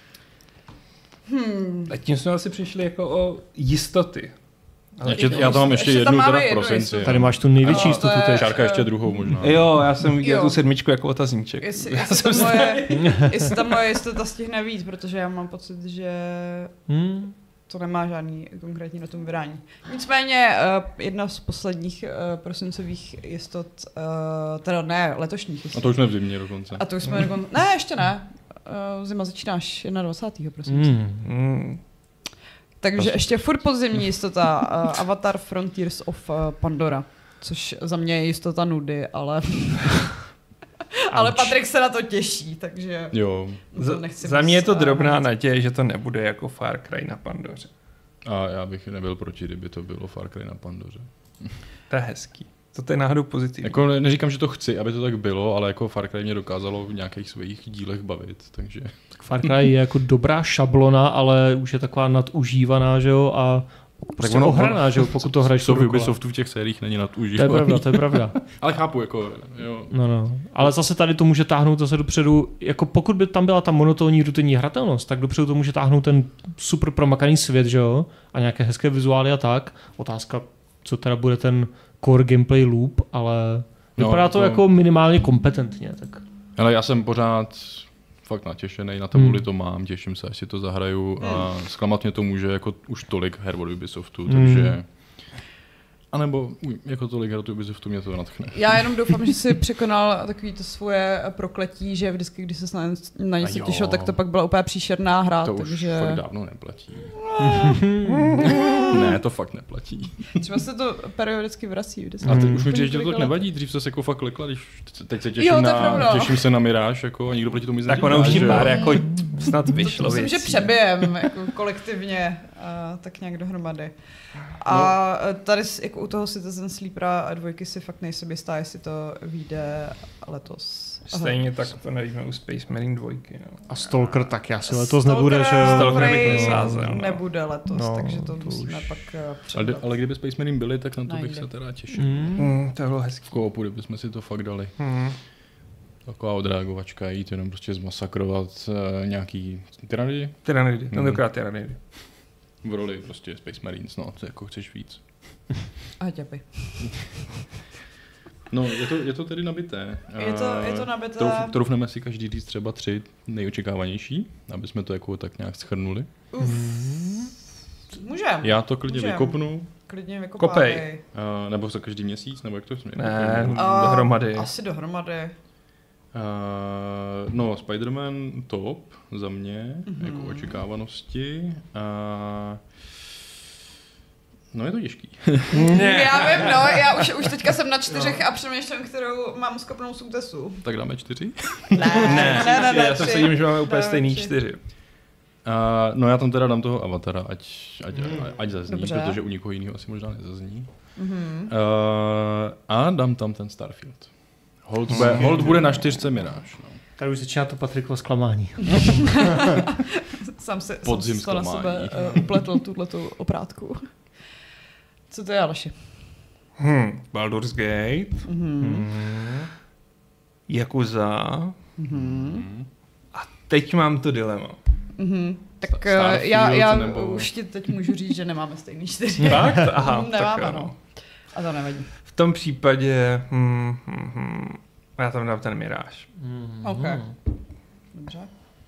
A tím jsme asi přišli jako o jistoty. Ale já tam mám ještě jednu teda v prosinci. Tady máš tu největší jistotu. Šárka ještě druhou možná. Jo, já jsem viděl tu 7 jako otazníček. Jestli ta moje jistota stihne víc, protože já mám pocit, že to nemá žádný konkrétní na tom vydání. Nicméně jedna z posledních prosincových jistot, teda ne letošních jistot. A to už jsme v zimě dokonce. A to už jsme dokonce. Ne, ještě ne. Zima začíná až 21. prosince. Takže ještě furt podzimní jistota Avatar Frontiers of Pandora, což za mě je jistota nudy, ale ale Patrik se na to těší, takže jo. Za mě je to drobná naděje, že to nebude jako Far Cry na Pandoře. A já bych nebyl proti, kdyby to bylo Far Cry na Pandoře. To je hezký. To je náhodou pozitivní. Jako neříkám, že to chci, aby to tak bylo, ale jako Far Cry mě dokázalo v nějakých svých dílech bavit, takže... Tak Far Cry je jako dobrá šablona, ale už je taková nadužívaná, že jo, a prostě ohraná, že jo, pokud to hraješ v Ubisoftu v těch sériích není nadužívaný. To je pravda. Ale chápu, jako, jo. No. Ale zase tady to může táhnout zase dopředu, jako pokud by tam byla ta monotónní rutinní hratelnost, tak dopředu to může táhnout ten super promakaný svět, že jo, a nějaké hezké vizuály a tak. Otázka, co teda bude ten core gameplay loop, ale vypadá to jako minimálně kompetentně, tak... Ale já jsem pořád fakt natěšený, na tabuli to mám, těším se, až si to zahraju a zklamat mě to může jako už tolik her od Ubisoftu, takže... A nebo jako tolik her od Ubisoftu mě to nadchne. Já jenom doufám, že jsi překonal takový to svoje prokletí, že vždycky, když se na něco těšil, tak to pak byla úplně příšerná hra. To takže... už fakt dávno neplatí. Ne, to fakt neplatí. Třeba se to periodicky vrací. A teď už mi přijde, že to tak nevadí, dřív se jako fakt lekla, když teď se těším se na Mirage, jako, a nikdo proti tomu tak ono už tím pár jako snad vyšlo. Myslím, že přebijem jako kolektivně tak nějak dohromady. A tady jako u toho Citizen Sleepera a 2 si fakt nejsem jistá, jestli to vyjde letos. Stejně tak to nevíme u Space Marine 2. No. A Stalker tak asi letos nebude, že jo? Stalker bych nesázel. Nebude letos, takže to musíme pak předat. Ale kdyby Space Marine byli, tak na to bych se teda těšil. To bylo hezký. V koopu, kdybychom si to fakt dali. Taková odreagovačka, jít jenom prostě zmasakrovat nějaký tyranidy. Tentokrát tyranidy. V roli prostě Space Marines, no, to jako chceš víc. A ťapy. No, je to tedy nabité. Je to nabité. Troufneme si každý říct třeba 3 nejočekávanější, aby jsme to jako tak nějak shrnuli. Můžem. Já to klidně vykopnu. Klidně vykopávej. Nebo za každý měsíc, nebo jak to směje? Ne, dohromady. Asi dohromady. No, Spider-Man top za mě, jako očekávanosti. No, je to těžký. Já vím, no, já už teďka jsem na 4 a přemýšlím, kterou mám skopnou z útesu. Tak dáme 4? Ne, já se sedím, že máme úplně stejný 4. No, já tam teda dám toho Avatara, ať zazní, protože u nikoho jiného asi možná nezazní. A dám tam ten Starfield. Hold bude na 4 Mirage. No. Tady už začíná to Patrikovo zklamání. Sám se Podzim na sebe upletl tuhletu oprátku. Co to je, Aleši? Baldur's Gate. Yakuza. A teď mám to dilema. Tak já už ti teď můžu říct, že nemáme stejný 4. Fakt? Aha. Nemáme, no. A to nevadí. V tom případě já tam dám ten Mirage. OK. Dobře.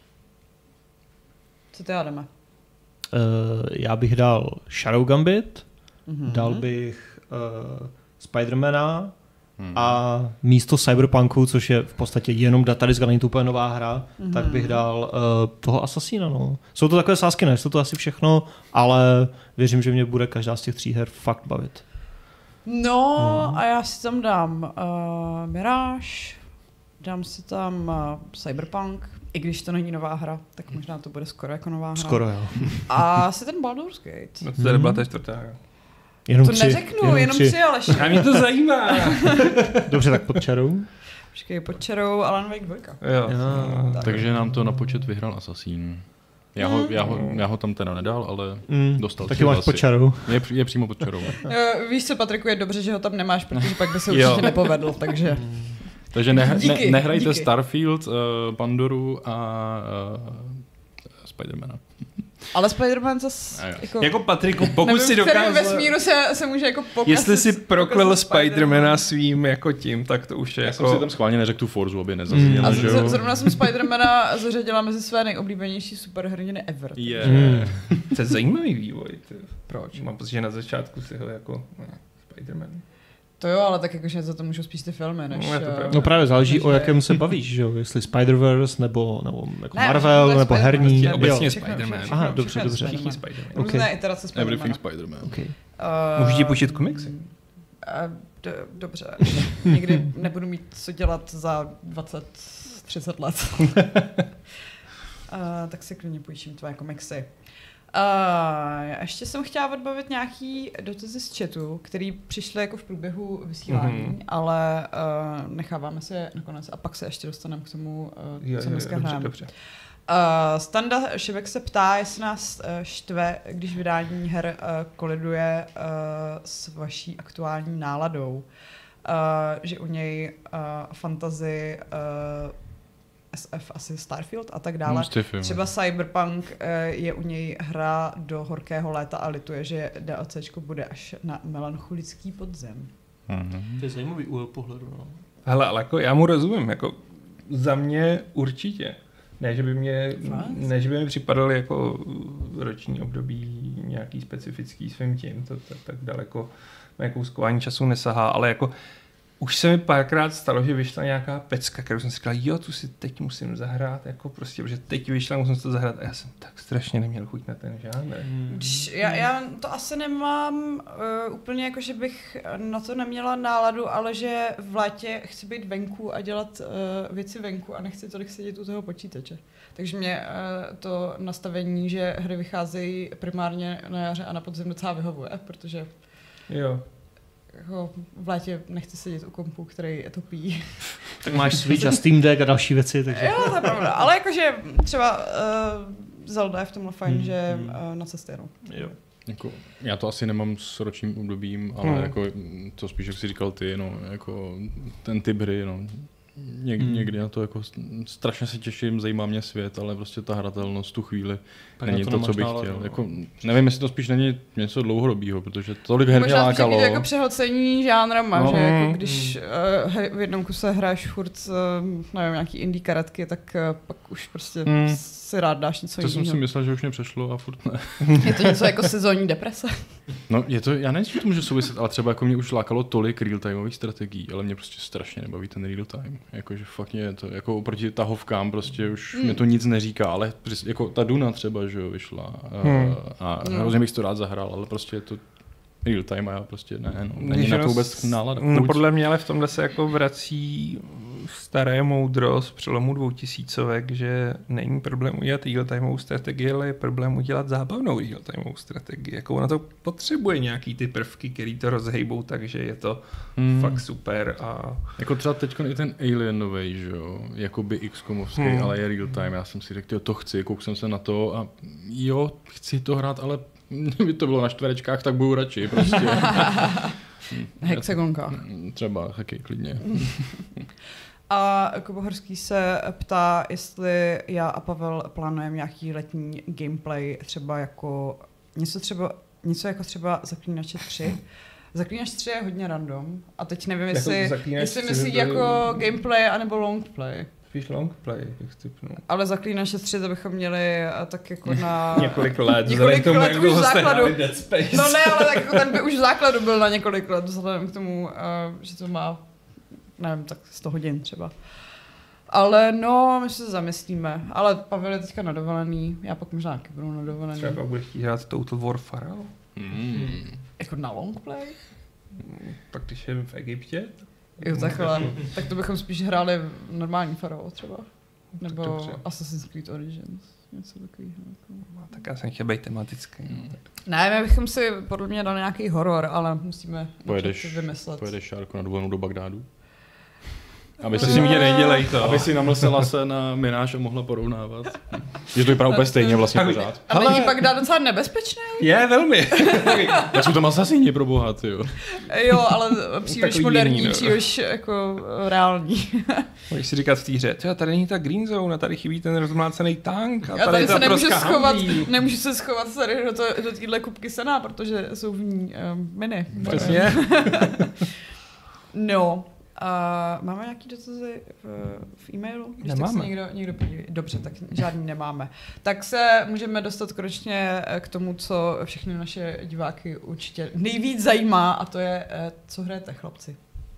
Co ty dáme? Já bych dal Shadow Gambit, dal bych Spidermana a místo Cyberpunku, což je v podstatě jenom Datadisk, ale není to úplně nová hra, tak bych dal toho Assassina. No. Jsou to takové sázky, ne? Jsou to asi všechno, ale věřím, že mě bude každá z těch 3 her fakt bavit. No a já si tam dám Mirage, dám si tam Cyberpunk, i když to není nová hra, tak možná to bude skoro jako nová hra. Skoro, jo. A asi ten Baldur's Gate. No to tady byla ta 4. hra. To neřeknu, jenom 3, ale a mě to zajímá. Dobře, tak pod čarou. Počkej, pod čarou Alan Wake 2. Jo. Takže nám to na počet vyhrál Assassin. Já ho tam teda nedal, ale dostal. Taky máš pod čarou. Je přímo pod čarou. Víš co, Patriku, je dobře, že ho tam nemáš, protože pak by se určitě nepovedl, takže... Takže nehrajte díky. Starfield, Pandoru a Spidermana. Ale Spider-Man zase... Jako Patriku, pokud si dokázal... Nevím, vesmíru se může jako pokazit. Jestli si proklel Spider-Mana svým jako tím, tak to už je já jako... jsem si tam schválně neřekl tu Forzu, aby nezazněl. A zrovna jsem Spider-Mana zařadila mezi své nejoblíbenější superhrdiny ever. To je zajímavý vývoj. Proč? Mám pocit, že na začátku si ho jako... Spider-Man. To jo, ale tak jakože za to můžou spíš ty filmy, než... No právě záleží, o jakém se bavíš, že jo? Jestli Spider-Verse, nebo jako Marvel, nebo herní. Obecně Spider-Man. Aha, dobře. Všichni Spider-Man. Různé iterace Spider-Mana. Everything Spider-Man. Okay. Můžu ti půjčit komiksy? Dobře. Nikdy nebudu mít co dělat za 20-30 let. Tak si klidně půjčím tvoje komiksy. Já ještě jsem chtěla odbavit nějaký dotazy z chatu, který přišly jako v průběhu vysílání, ale necháváme si je nakonec a pak se ještě dostaneme k tomu, co dneska hrajeme. Dobře. Standa Šivek se ptá, jestli nás štve, když vydání her koliduje s vaší aktuální náladou. Že u něj fantasy SF, asi Starfield a tak dále. Třeba Cyberpunk je u něj hra do horkého léta a lituje, že DLCčko bude až na melancholický podzem. To je zajímavý úhel pohledu. No. Hele, ale jako já mu rozumím, jako za mě určitě. Ne, že by mi připadaly jako roční období nějaký specifický svým tím, to tak daleko na kouskování času nesahá, ale jako už se mi párkrát stalo, že vyšla nějaká pecka, kterou jsem si říkal, jo, tu si teď musím zahrát, jako prostě, protože teď vyšla, musím to zahrát a já jsem tak strašně neměl chuť na ten žánr. Já to asi nemám úplně jako, že bych na to neměla náladu, ale že v létě chci být venku a dělat věci venku a nechci tolik sedět u toho počítače. Takže mě to nastavení, že hry vycházejí primárně na jaře a na podzim docela vyhovuje, protože jo. Jako v létě nechci sedět u kompu, který topí. Tak máš Switch a Steam Deck a další věci, takže... Jo, to je pravda. Ale jakože třeba Zelda je v tomhle fajn, že na cestě jenom. Jo. Jako, já to asi nemám s ročním obdobím, ale jako to spíš, jak jsi říkal ty, no, jako ten typ hry, no. Někdy na to jako strašně se těším, zajímá mě svět, ale prostě ta hratelnost tu chvíli tak není to, co bych chtěl. Jako, nevím, jestli to spíš není něco dlouhodobého, protože tolik her mě lákalo. Možná jako přehlcení žánrama, že jako když v jednom kuse hraješ furt, nevím, nějaký indie karetky, tak pak už prostě si rád dáš něco jiného. To jsem si myslel, že už mě přešlo a furt ne. Je to něco jako sezónní deprese? No, je to, já nevím, že to může souviset, ale třeba jako mě už lákalo tolik real-timeových strategií, ale mě prostě strašně nebaví ten real-time. Jakože fakt mě to, jako oproti tahovkám prostě už mě to nic neříká, ale jako ta Duna třeba, že jo, vyšla a hrozně bych to rád zahrál, ale prostě je to real time a já prostě ne, no, není na to vůbec nálada. No podle mě ale v tomhle se jako vrací staré moudro z přelomu 2000, že není problém udělat real-timeovou strategii, ale je problém udělat zábavnou real-timeovou strategii. Jako ona to potřebuje nějaký ty prvky, který to rozhejbou, takže je to fakt super. A... Jako třeba teď i ten Alien novej, že jo, jakoby XCOMovský, ale je real-time. Já jsem si řekl, to chci, kouk jsem se na to a jo, chci to hrát, ale kdyby to bylo na čtverečkách, tak budu radši prostě. Hexagonkách. Třeba taky klidně. A Kobohorský se ptá, jestli já a Pavel plánujeme nějaký letní gameplay, třeba jako něco jako třeba Zaklínače 3. Zaklínač 3 je hodně random a teď nevím, jestli myslí jako gameplay anebo longplay. Spíš longplay, jak typnu. Ale Zaklínače 3 to bychom měli tak jako na... několik let už v základu. No ne, ale tak jako ten by už v základu byl na několik let, vzhledem k tomu, že to má, nevím, tak 100 hodin třeba. Ale no, my se zamyslíme. Ale Pavel je teďka nadovolený, já pak možná taky budu nadovolený. Třeba budeš chtít hrát Total War Pharaoh? Jako na longplay? Tak když je v Egyptě? Jo, takhle. Tak to bychom spíš hráli normální Pharaoh třeba. Nebo Assassin's Creed Origins. Něco takového. Tak já jsem chtěl být tematický. Ne, my bychom si podle mě dali nějaký horor, ale musíme vymyslet. Pojedeš Šárko na dovolenou do Bagdádu? Prosím mě nedělej to. Aby si namlsela se na mináž a mohla porovnávat. Že to vypadá úplně stejně vlastně pořád. A není Bagdád docela nebezpečný? Je, velmi. Tak jsou tam asasíni pro boha, jo. Jo, ale příliš moderní, příliš jako reální. Můžeš si říkat v té hře, tady není ta green zone, a tady chybí ten rozmlácený tank. A tady se nemůžu se schovat tady do téhle kupky sena, protože jsou v ní miny. Přesně. No. Máme nějaký dotazy v e-mailu? Nemáme. Někdo podívej. Dobře, tak žádný nemáme. Tak se můžeme dostat konečně k tomu, co všechny naše diváky určitě nejvíc zajímá, a to je, co hrajete, chlapci.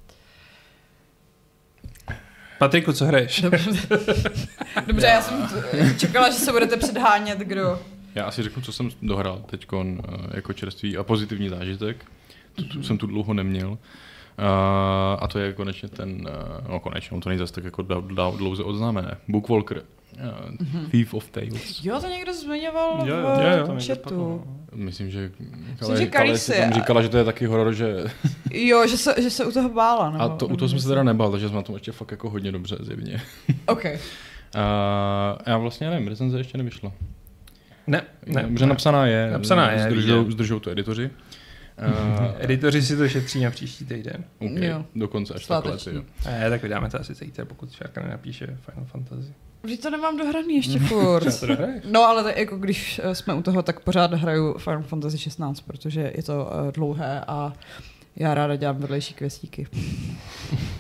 Patriku, co hraješ? Dobře, já jsem čekala, že se budete předhánět, kdo... Já asi řeknu, co jsem dohrál teďkon jako čerstvý a pozitivní zážitek. Jsem tu dlouho neměl. A to je konečně konečně, to není zase tak jako dlouze odznámené. Bookwalker, Thief of Tales. Jo, to někdo zmiňoval v chatu. Myslím, že Kalisi tam říkala, že to je taky horor, že... Jo, že se u toho bála. Nebo, a to, u toho jsem se teda nebál, takže jsem na tom ještě fakt jako hodně dobře zjevně. OK. Já vlastně nevím, recenze ještě nevyšla. Ne. Dobře napsaná je. Zdržou to editoři. Editoři si to šetří na příští týden. Okay. Dokonce až takhle. Tak vydáme to asi zítra, pokud Šárka nenapíše Final Fantasy. Vždyť to nemám dohraný ještě furt. No ale tak, jako když jsme u toho, tak pořád hraju Final Fantasy 16, protože je to dlouhé a já ráda dělám vedlejší questíky.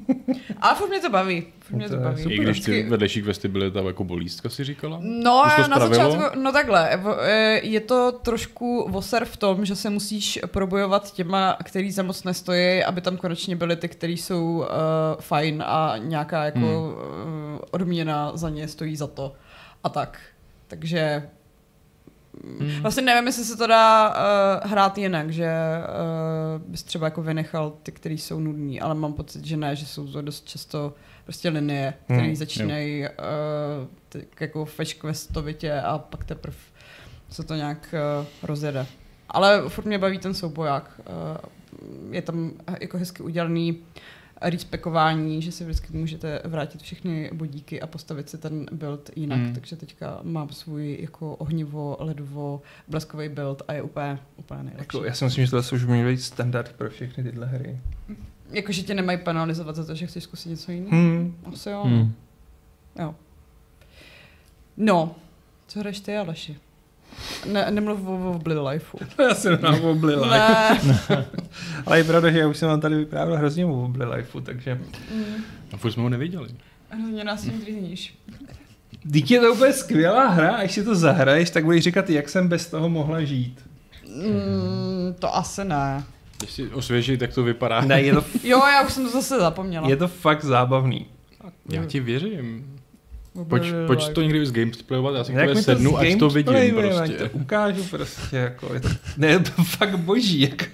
Ale furt mě to baví. I když ty vedlejší questy byly tam jako bolístka, si říkala? No na začátku, no takhle, je to trošku voser v tom, že se musíš probojovat těma, který za moc nestojí, aby tam konečně byly ty, který jsou fajn a nějaká jako odměna za ně stojí za to. A tak. Takže vlastně nevím, jestli se to dá hrát jinak, že bys třeba jako vynechal ty, který jsou nudný, ale mám pocit, že ne, že jsou to dost často prostě linie, které začínají jako fetch questovitě a pak teprve se to nějak rozjede. Ale furt mě baví ten souboják. Je tam jako hezky udělaný respekování, že si vždycky můžete vrátit všechny bodíky a postavit si ten build jinak. Takže teďka mám svůj jako ohnivo, ledovo, bleskový build a je úplně nejlepší. Jako, já si myslím, že tohle už měl být standard pro všechny tyhle hry. Jakože tě nemají penalizovat za to, že chceš zkusit něco jiného? Asi jo. Jo. No, co hraješ ty, Aleši? Nemluv o Wobbly Lifeu. Já jsem na Wobbly Life. Ale je pravda, že já už jsem vám tady vyprávěl hrozně o Wobbly Lifeu, takže... A furt jsme ho neviděli. Hrozně nás tím drýzníš. Dík je to úplně skvělá hra a když si to zahraješ, tak budeš říkat, jak jsem bez toho mohla žít. To asi ne. Když si osvěží, tak to vypadá. Ne, je to... Jo, já už jsem to zase zapomněla. Je to fakt zábavný. Já ti věřím. Pojď to někdy gamesplayovat, já si k sednu, ať to vidím prostě. To ukážu prostě, jako, je to, ne, je to fakt boží, jako.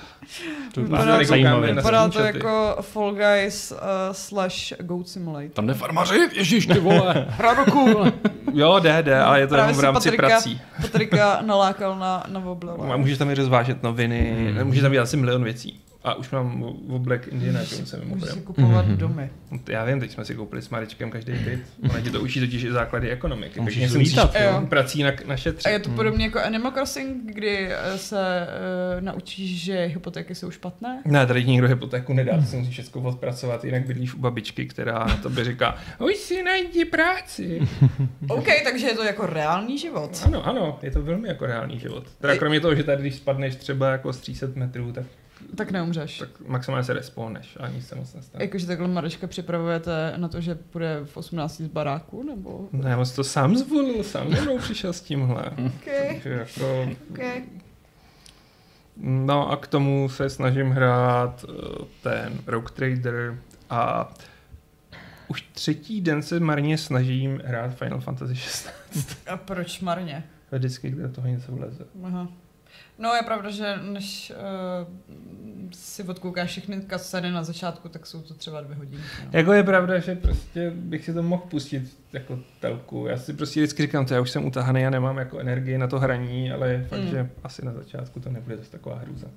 Vypadá to jako Fall Guys / Goat Simulator. Tam jde farmařit, ježiš, ty vole, hradoku. Jo, jde, ale je to jenom v rámci prací. Patrika nalákal na Wobbly. A můžeš tam i rozvážet noviny, můžeš tam dělat asi milion věcí. A už mám Wobbleck Indiana Jonesa mimochodem. Můžeš si kupovat domy. Já vím, teď jsme si koupili s Maričkem každý byt. Ona ti to učí totiž i základy ekonomiky. Můžeš lítat. Prací našetřit. A je to podobně jako Animal Crossing, kdy se naučíš, že hypotéky jsou špatné? Ne, tady nikdo hypotéku nedá, si musíš všechno odpracovat, jinak bydlíš u babičky, která na tobě říká, už si najdi práci. OK, takže je to jako reálný život. Ano, je to velmi jako reálný život. Teda kromě toho, že tady, když spadneš třeba jako z 300 metrů, tak neumřeš. Tak maximálně se respawneš a nic se moc nestane. Jakože takhle Marečka připravujete na to, že půjde v 18 z baráku, nebo? Ne, já to sám zvolil, sám mnou přišel s tímhle. Okay. Jako... Okay. No a k tomu se snažím hrát ten Rogue Trader a už třetí den se marně snažím hrát Final Fantasy 16. A proč marně? Vždycky, kde do toho něco vleze. Aha. No je pravda, že než si odkoukáš všechny cutscény na začátku, tak jsou to třeba 2 hodiny. No. Jako je pravda, že prostě bych si to mohl pustit jako telku. Já si prostě vždycky říkám, já už jsem utahaný a nemám jako energii na to hraní, ale je fakt, že asi na začátku to nebude zase taková hrůza.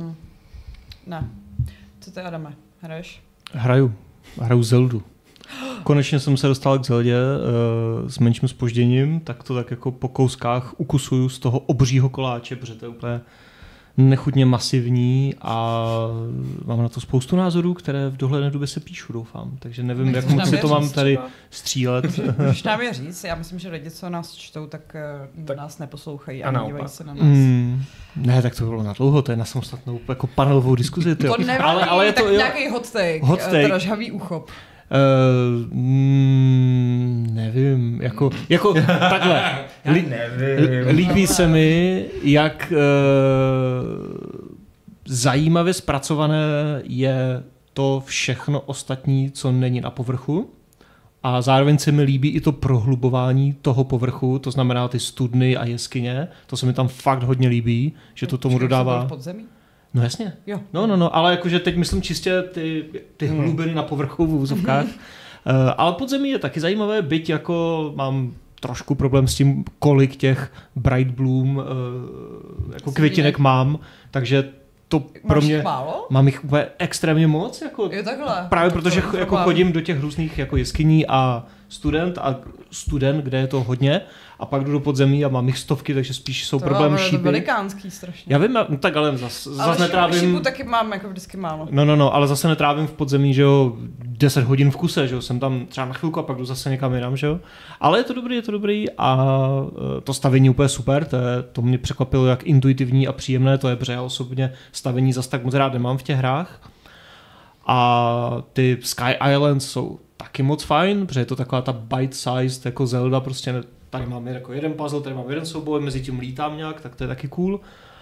Ne. Co ty, Adame? Hraješ? Hraju Zeldu. Konečně jsem se dostal k Zeldě s menším zpožděním, tak to tak jako po kouskách ukusuju z toho obřího koláče, protože to je úplně nechutně masivní a mám na to spoustu názorů, které v dohledné době se píšu, doufám. Takže nevím, jak moc si to mám tady střílet. Můžeš nám je říct, já myslím, že lidi, co nás čtou, tak nás neposlouchají a nedívají se na nás. Ne, tak to bylo na dlouho, to je na samostatnou jako panelovou diskuzi. To nevadí, ale je to, tak nějaký hot take. Teda žhavý uchop. Nevím, jako takhle. Líbí se mi, jak zajímavě zpracované je to všechno ostatní, co není na povrchu. A zároveň se mi líbí i to prohlubování toho povrchu, to znamená ty studny a jeskyně. To se mi tam fakt hodně líbí, že to tomu dodává. No jasně. Jo. No, ale jakože teď myslím čistě ty hlubiny na povrchu v úzovkách. Ale podzemí je taky zajímavé, byť jako mám trošku problém s tím, kolik těch Bright Bloom jako květinek mám, takže to pro mě... Málo? Mám jich úplně extrémně moc. Jako, takhle. Právě protože jako chodím do těch různých jako jeskyní a student, kde je to hodně, a pak jdu do podzemí a mám jich stovky, takže spíš jsou problém šípy. To je velikánský strašně. Já vím, tak ale zase netrávím... šípu taky mám jako vždycky málo. No, ale zase netrávím v podzemí, že jo, 10 hodin v kuse, že jo, jsem tam třeba na chvilku a pak jdu zase někam jinam, že jo. Ale je to dobrý a to stavění úplně super, to mě překvapilo, jak intuitivní a příjemné to je, protože já osobně stavění zase tak moc rád nemám v těch hrách. A ty Sky Islands jsou taky moc fajn, protože je to taková ta bite-sized jako Zelda, prostě tady mám jako jeden puzzle, tady mám jeden souboj, mezi tím lítám nějak, tak to je taky cool.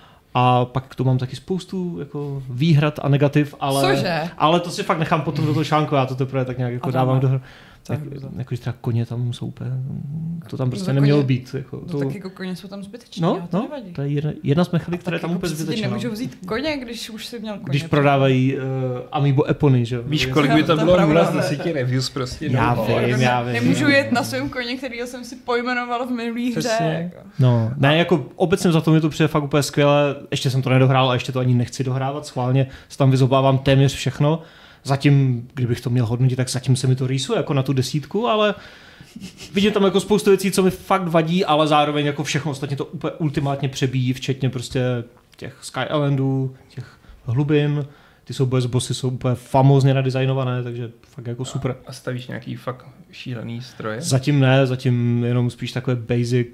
A pak tu mám taky spoustu jako výhrad a negativ, ale to si fakt nechám potom do toho článku, já to teprve tak nějak jako dávám do jakože třeba koně tam jsou úplně, to tam prostě nemělo být. Jako, to tak jako koně jsou tam zbytečné, to nevadí. To je jedna z mechanik, které tam úplně zbytečné. Nemůžou vzít koně, když už si měl koně. Když prodávají Amiibo Epony, že jo. Víš, kolik by to bylo 0 z 10 reviews prostě. Já vím. Nemůžu jet na svém koně, kterýho jsem si pojmenoval v minulý hře. No, ne, jako obecně za to mi to přijde fakt úplně skvěle, ještě jsem to nedohrál a ještě to ani nechci dohrávat, schválně se tam vyzobávám téměř všechno. Zatím, kdybych to měl hodnotit, tak zatím se mi to rýsuje jako na tu 10, ale vidím tam jako spoustu věcí, co mi fakt vadí, ale zároveň jako všechno ostatně to úplně ultimátně přebíjí, včetně prostě těch Sky Islandů, těch hlubin, ty souboje z bossy jsou úplně famózně nadizajnované, takže fakt jako super. A stavíš nějaký fakt šílený stroje? Zatím ne, zatím jenom spíš takové basic,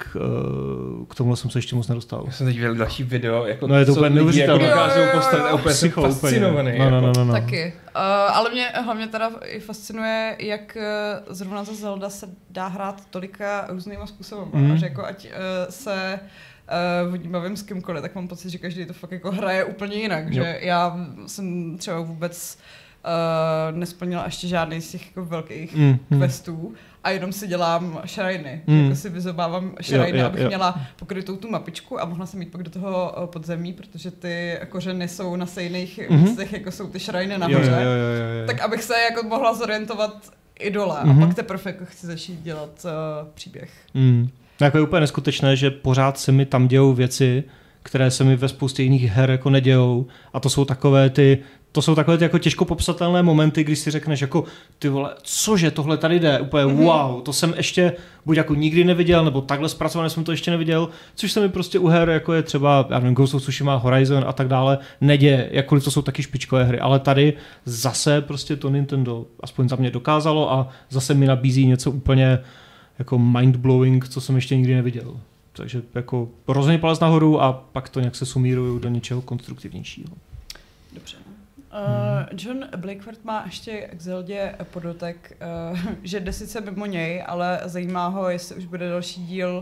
k tomu jsem se ještě moc nedostal. Já jsem teď viděl další video, jako no je to úplně neuvěřitelné. Jako dokážou postavit, úplně jsem fascinovaný. No. Taky. Ale mě hlavně teda i fascinuje, jak zrovna ta Zelda se dá hrát tolika různýma způsoby. A že jako ať se bavím s kýmkoliv, tak mám pocit, že každý to fakt jako hraje úplně jinak. Jo. Že já jsem třeba vůbec nesplnila ještě žádný z těch jako velkých questů a jenom si dělám shriny. Jako si vyzobávám shriny, abych měla pokrytou tu mapičku a mohla jsem jít pak do toho podzemí, protože ty kořeny jsou na stejných místech, jako jsou ty shriny nahoře. Tak abych se jako mohla zorientovat i dole a pak teprve jako chci začít dělat příběh. Jako je úplně neskutečné, že pořád se mi tam dějou věci, které se mi ve spoustě jiných her jako nedějou. A to jsou takové ty jako těžko popsatelné momenty, když si řekneš jako ty vole, cože tohle tady jde, úplně wow, to jsem ještě buď jako nikdy neviděl, nebo takhle zpracované jsem to ještě neviděl, což se mi prostě u her, jako je třeba, já nevím, Ghost of Tsushima, Horizon a tak dále, neděje, jakkoliv to jsou taky špičkové hry, ale tady zase prostě to Nintendo aspoň za mě dokázalo a zase mi nabízí něco úplně jako mind-blowing, co jsem ještě nikdy neviděl. Takže jako rozhodně palec nahoru a pak to nějak se sumíruju do něčeho konstruktivnějšího. Dobře. John Blakeford má ještě k Zeldě podotek, že jde sice mimo něj, ale zajímá ho, jestli už bude další díl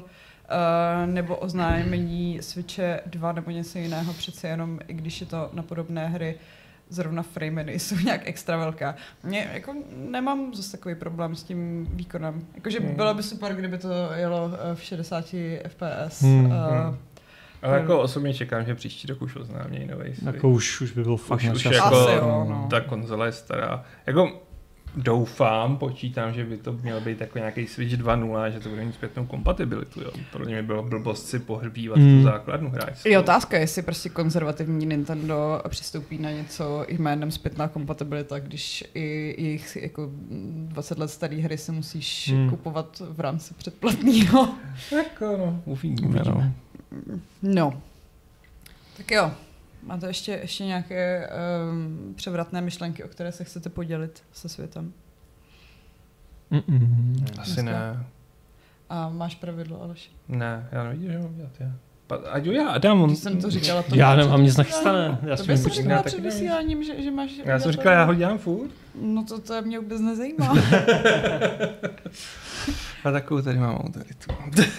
nebo oznámení Switche 2 nebo něco jiného, přece jenom, i když je to na podobné hry, zrovna framey nejsou nějak extra velká. Mě jako nemám zase takový problém s tím výkonem. Jakože bylo by super, kdyby to jelo v 60 fps. Ale jako osobně čekám, že příští rok už oznámějí nový Switch. Jako už by byl fakt už jako ta konzole je stará. Jako doufám, počítám, že by to měl být jako nějaký Switch 2.0, že to bude mít zpětnou kompatibilitu. Jo. Podle mě bylo blbost si pohrbívat tu základnu hráčskou. Je otázka, jestli prostě konzervativní Nintendo přistoupí na něco jménem zpětná kompatibilita, když i jejich jako 20 let staré hry se musíš kupovat v rámci předplatného. Jako no, uvidíme. No. Tak jo. Máte ještě nějaké převratné myšlenky, o které se chcete podělit se světem? Asi ne. A máš pravidlo, Aleš? Ne, já nevidím, že mám dělat já. Ať já, Adam. Když jsem to říkala, to já nemám nic nachystané. To bys to říkala před vysíláním, že máš... Já jsem říkala, já ho dělám furt. No to mě vůbec nezajímá. A takovou tady mám autoritu.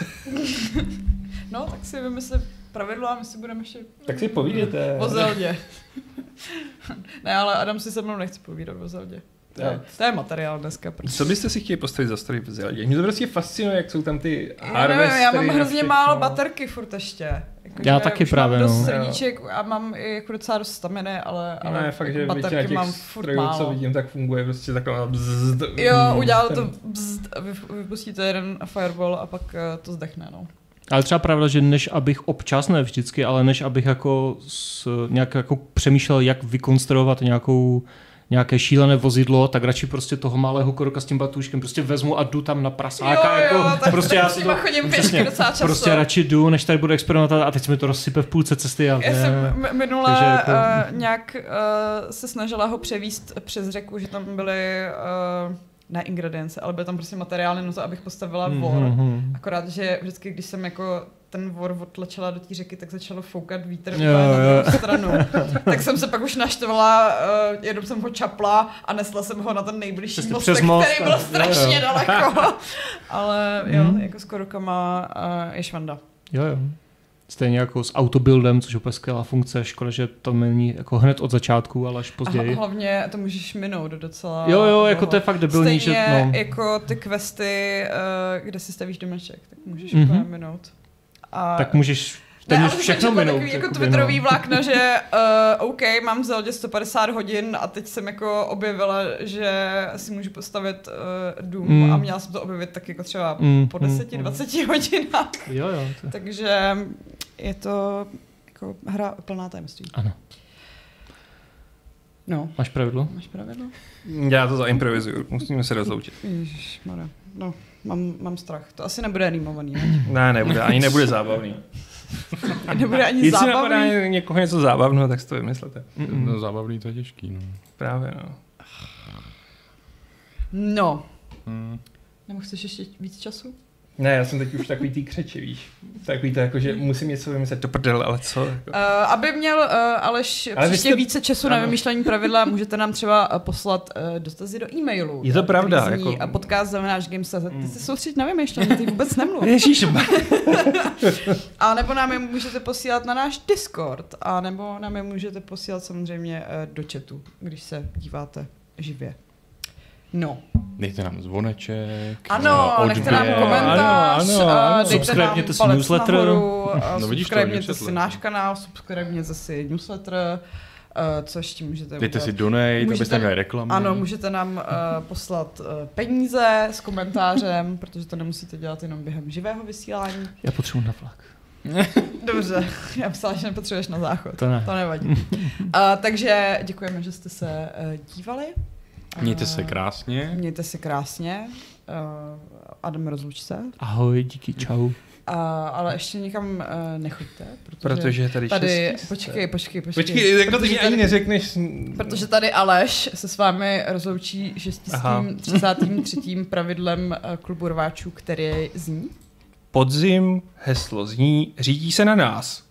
No, tak si vymysli pravidlo a my si budeme ještě... Tak si povídejte. O Zeldě. Ne, ale Adam si se mnou nechce povídat o Zeldě. To je materiál dneska. Co byste si chtěli postavit za story v Zeldě? Mě to prostě fascinuje, jak jsou tam ty harvestery. Já mám hrozně málo baterky furt ještě. Já taky právě, mám dost srdíček a mám i jako docela dost staminy, ale fakt, že baterky mám furt strojů, málo. co vidím, tak funguje prostě taková bzd. Jo, udělal to bzd a vypustíte jeden fireball a pak to zdechne, no. Ale třeba pravda, že než abych občas, ne vždycky, ale než abych jako nějak jako přemýšlel, jak vykonstruovat nějaké šílené vozidlo, tak radši prostě toho malého koroka s tím batůžkem prostě vezmu a jdu tam na prasáka. Jo, jako, prostě já si to chodím pěšky docela často. Prostě radši jdu, než tady budu experimentovat a teď se mi to rozsype v půlce cesty. Já jsem minule jako... nějak se snažila ho převíst přes řeku, že tam byly... ne ingredience, ale byly tam prostě materiály na to, abych postavila vor. Akorát, že vždycky, když jsem jako ten vor odtlačila do té řeky, tak začalo foukat vítr na druhou stranu. Tak jsem se pak už naštvala, jenom jsem ho čapla a nesla jsem ho na ten nejbližší mostek, který byl strašně daleko. Ale jo, jako s korokama je švanda. Jo. Stejně jako s autobuildem, což je úplně skvělá funkce. Škoda, že to není jako hned od začátku, ale až později. A hlavně to můžeš minout docela. Jo, jako to je fakt debilní. Stejně že, no. jako ty questy, kde si stavíš domeček, tak můžeš úplně minout. Tak můžeš téměř všechno minout. Takový jako twitterový vlákno, že OK, mám v Zeldě 150 hodin a teď jsem jako objevila, že si můžu postavit dům a měla jsem to objevit tak jako třeba po 10-20 hodinách. Jo. Takže je to jako hra plná tajemství. Ano. No. Máš pravidlo? Já to zaimprovizuju, musíme se rozloučit. Ježišmarja. No, mám strach. To asi nebude animovaný. Ne, nebude, ani nebude zábavný. Nebude ani zábavný. Jestli napadá někoho něco zábavného, tak si to vymyslete. No, zábavný to je těžký, no. Právě, no. No. Nebo chceš ještě víc času? Ne, já jsem teď už takový tý křeči, víš. Takový to jako, že musím něco vymyslet, to prdel, ale co? Jako. Aby měl Aleš příště více času na vymýšlení pravidla, můžete nám třeba poslat dotazy do e-mailu. Je to pravda. Jako... A podcast@games.cz. Ty se soustředit na vymýšlení, ty vůbec nemluv. A nebo nám je můžete posílat na náš Discord, a nebo nám je můžete posílat samozřejmě do chatu, když se díváte živě. No. Dejte nám zvoneček. Ano, nechte nám komentář, dejte nám palec nahoru, subscribněte si náš kanál, subscribněte si newsletter, co ještě můžete udělat. Dejte si donate, abyste měli reklamy. Ano, můžete nám poslat peníze s komentářem, protože to nemusíte dělat jenom během živého vysílání. Já potřebuji na vlak. Dobře, já myslela, že nepotřebuješ na záchod. To nevadí. Takže děkujeme, že jste se dívali. Mějte se krásně. Mějte se krásně. Adam, rozluč se. Ahoj, díky, čau. Ale ještě nikam nechoďte. Protože tady počkej. Počkej, jako ty mi ani neřekneš. Protože tady Aleš se s vámi rozloučí 633. pravidlem klubu rváčů, který zní. Podzim, heslo zní, řídí se na nás.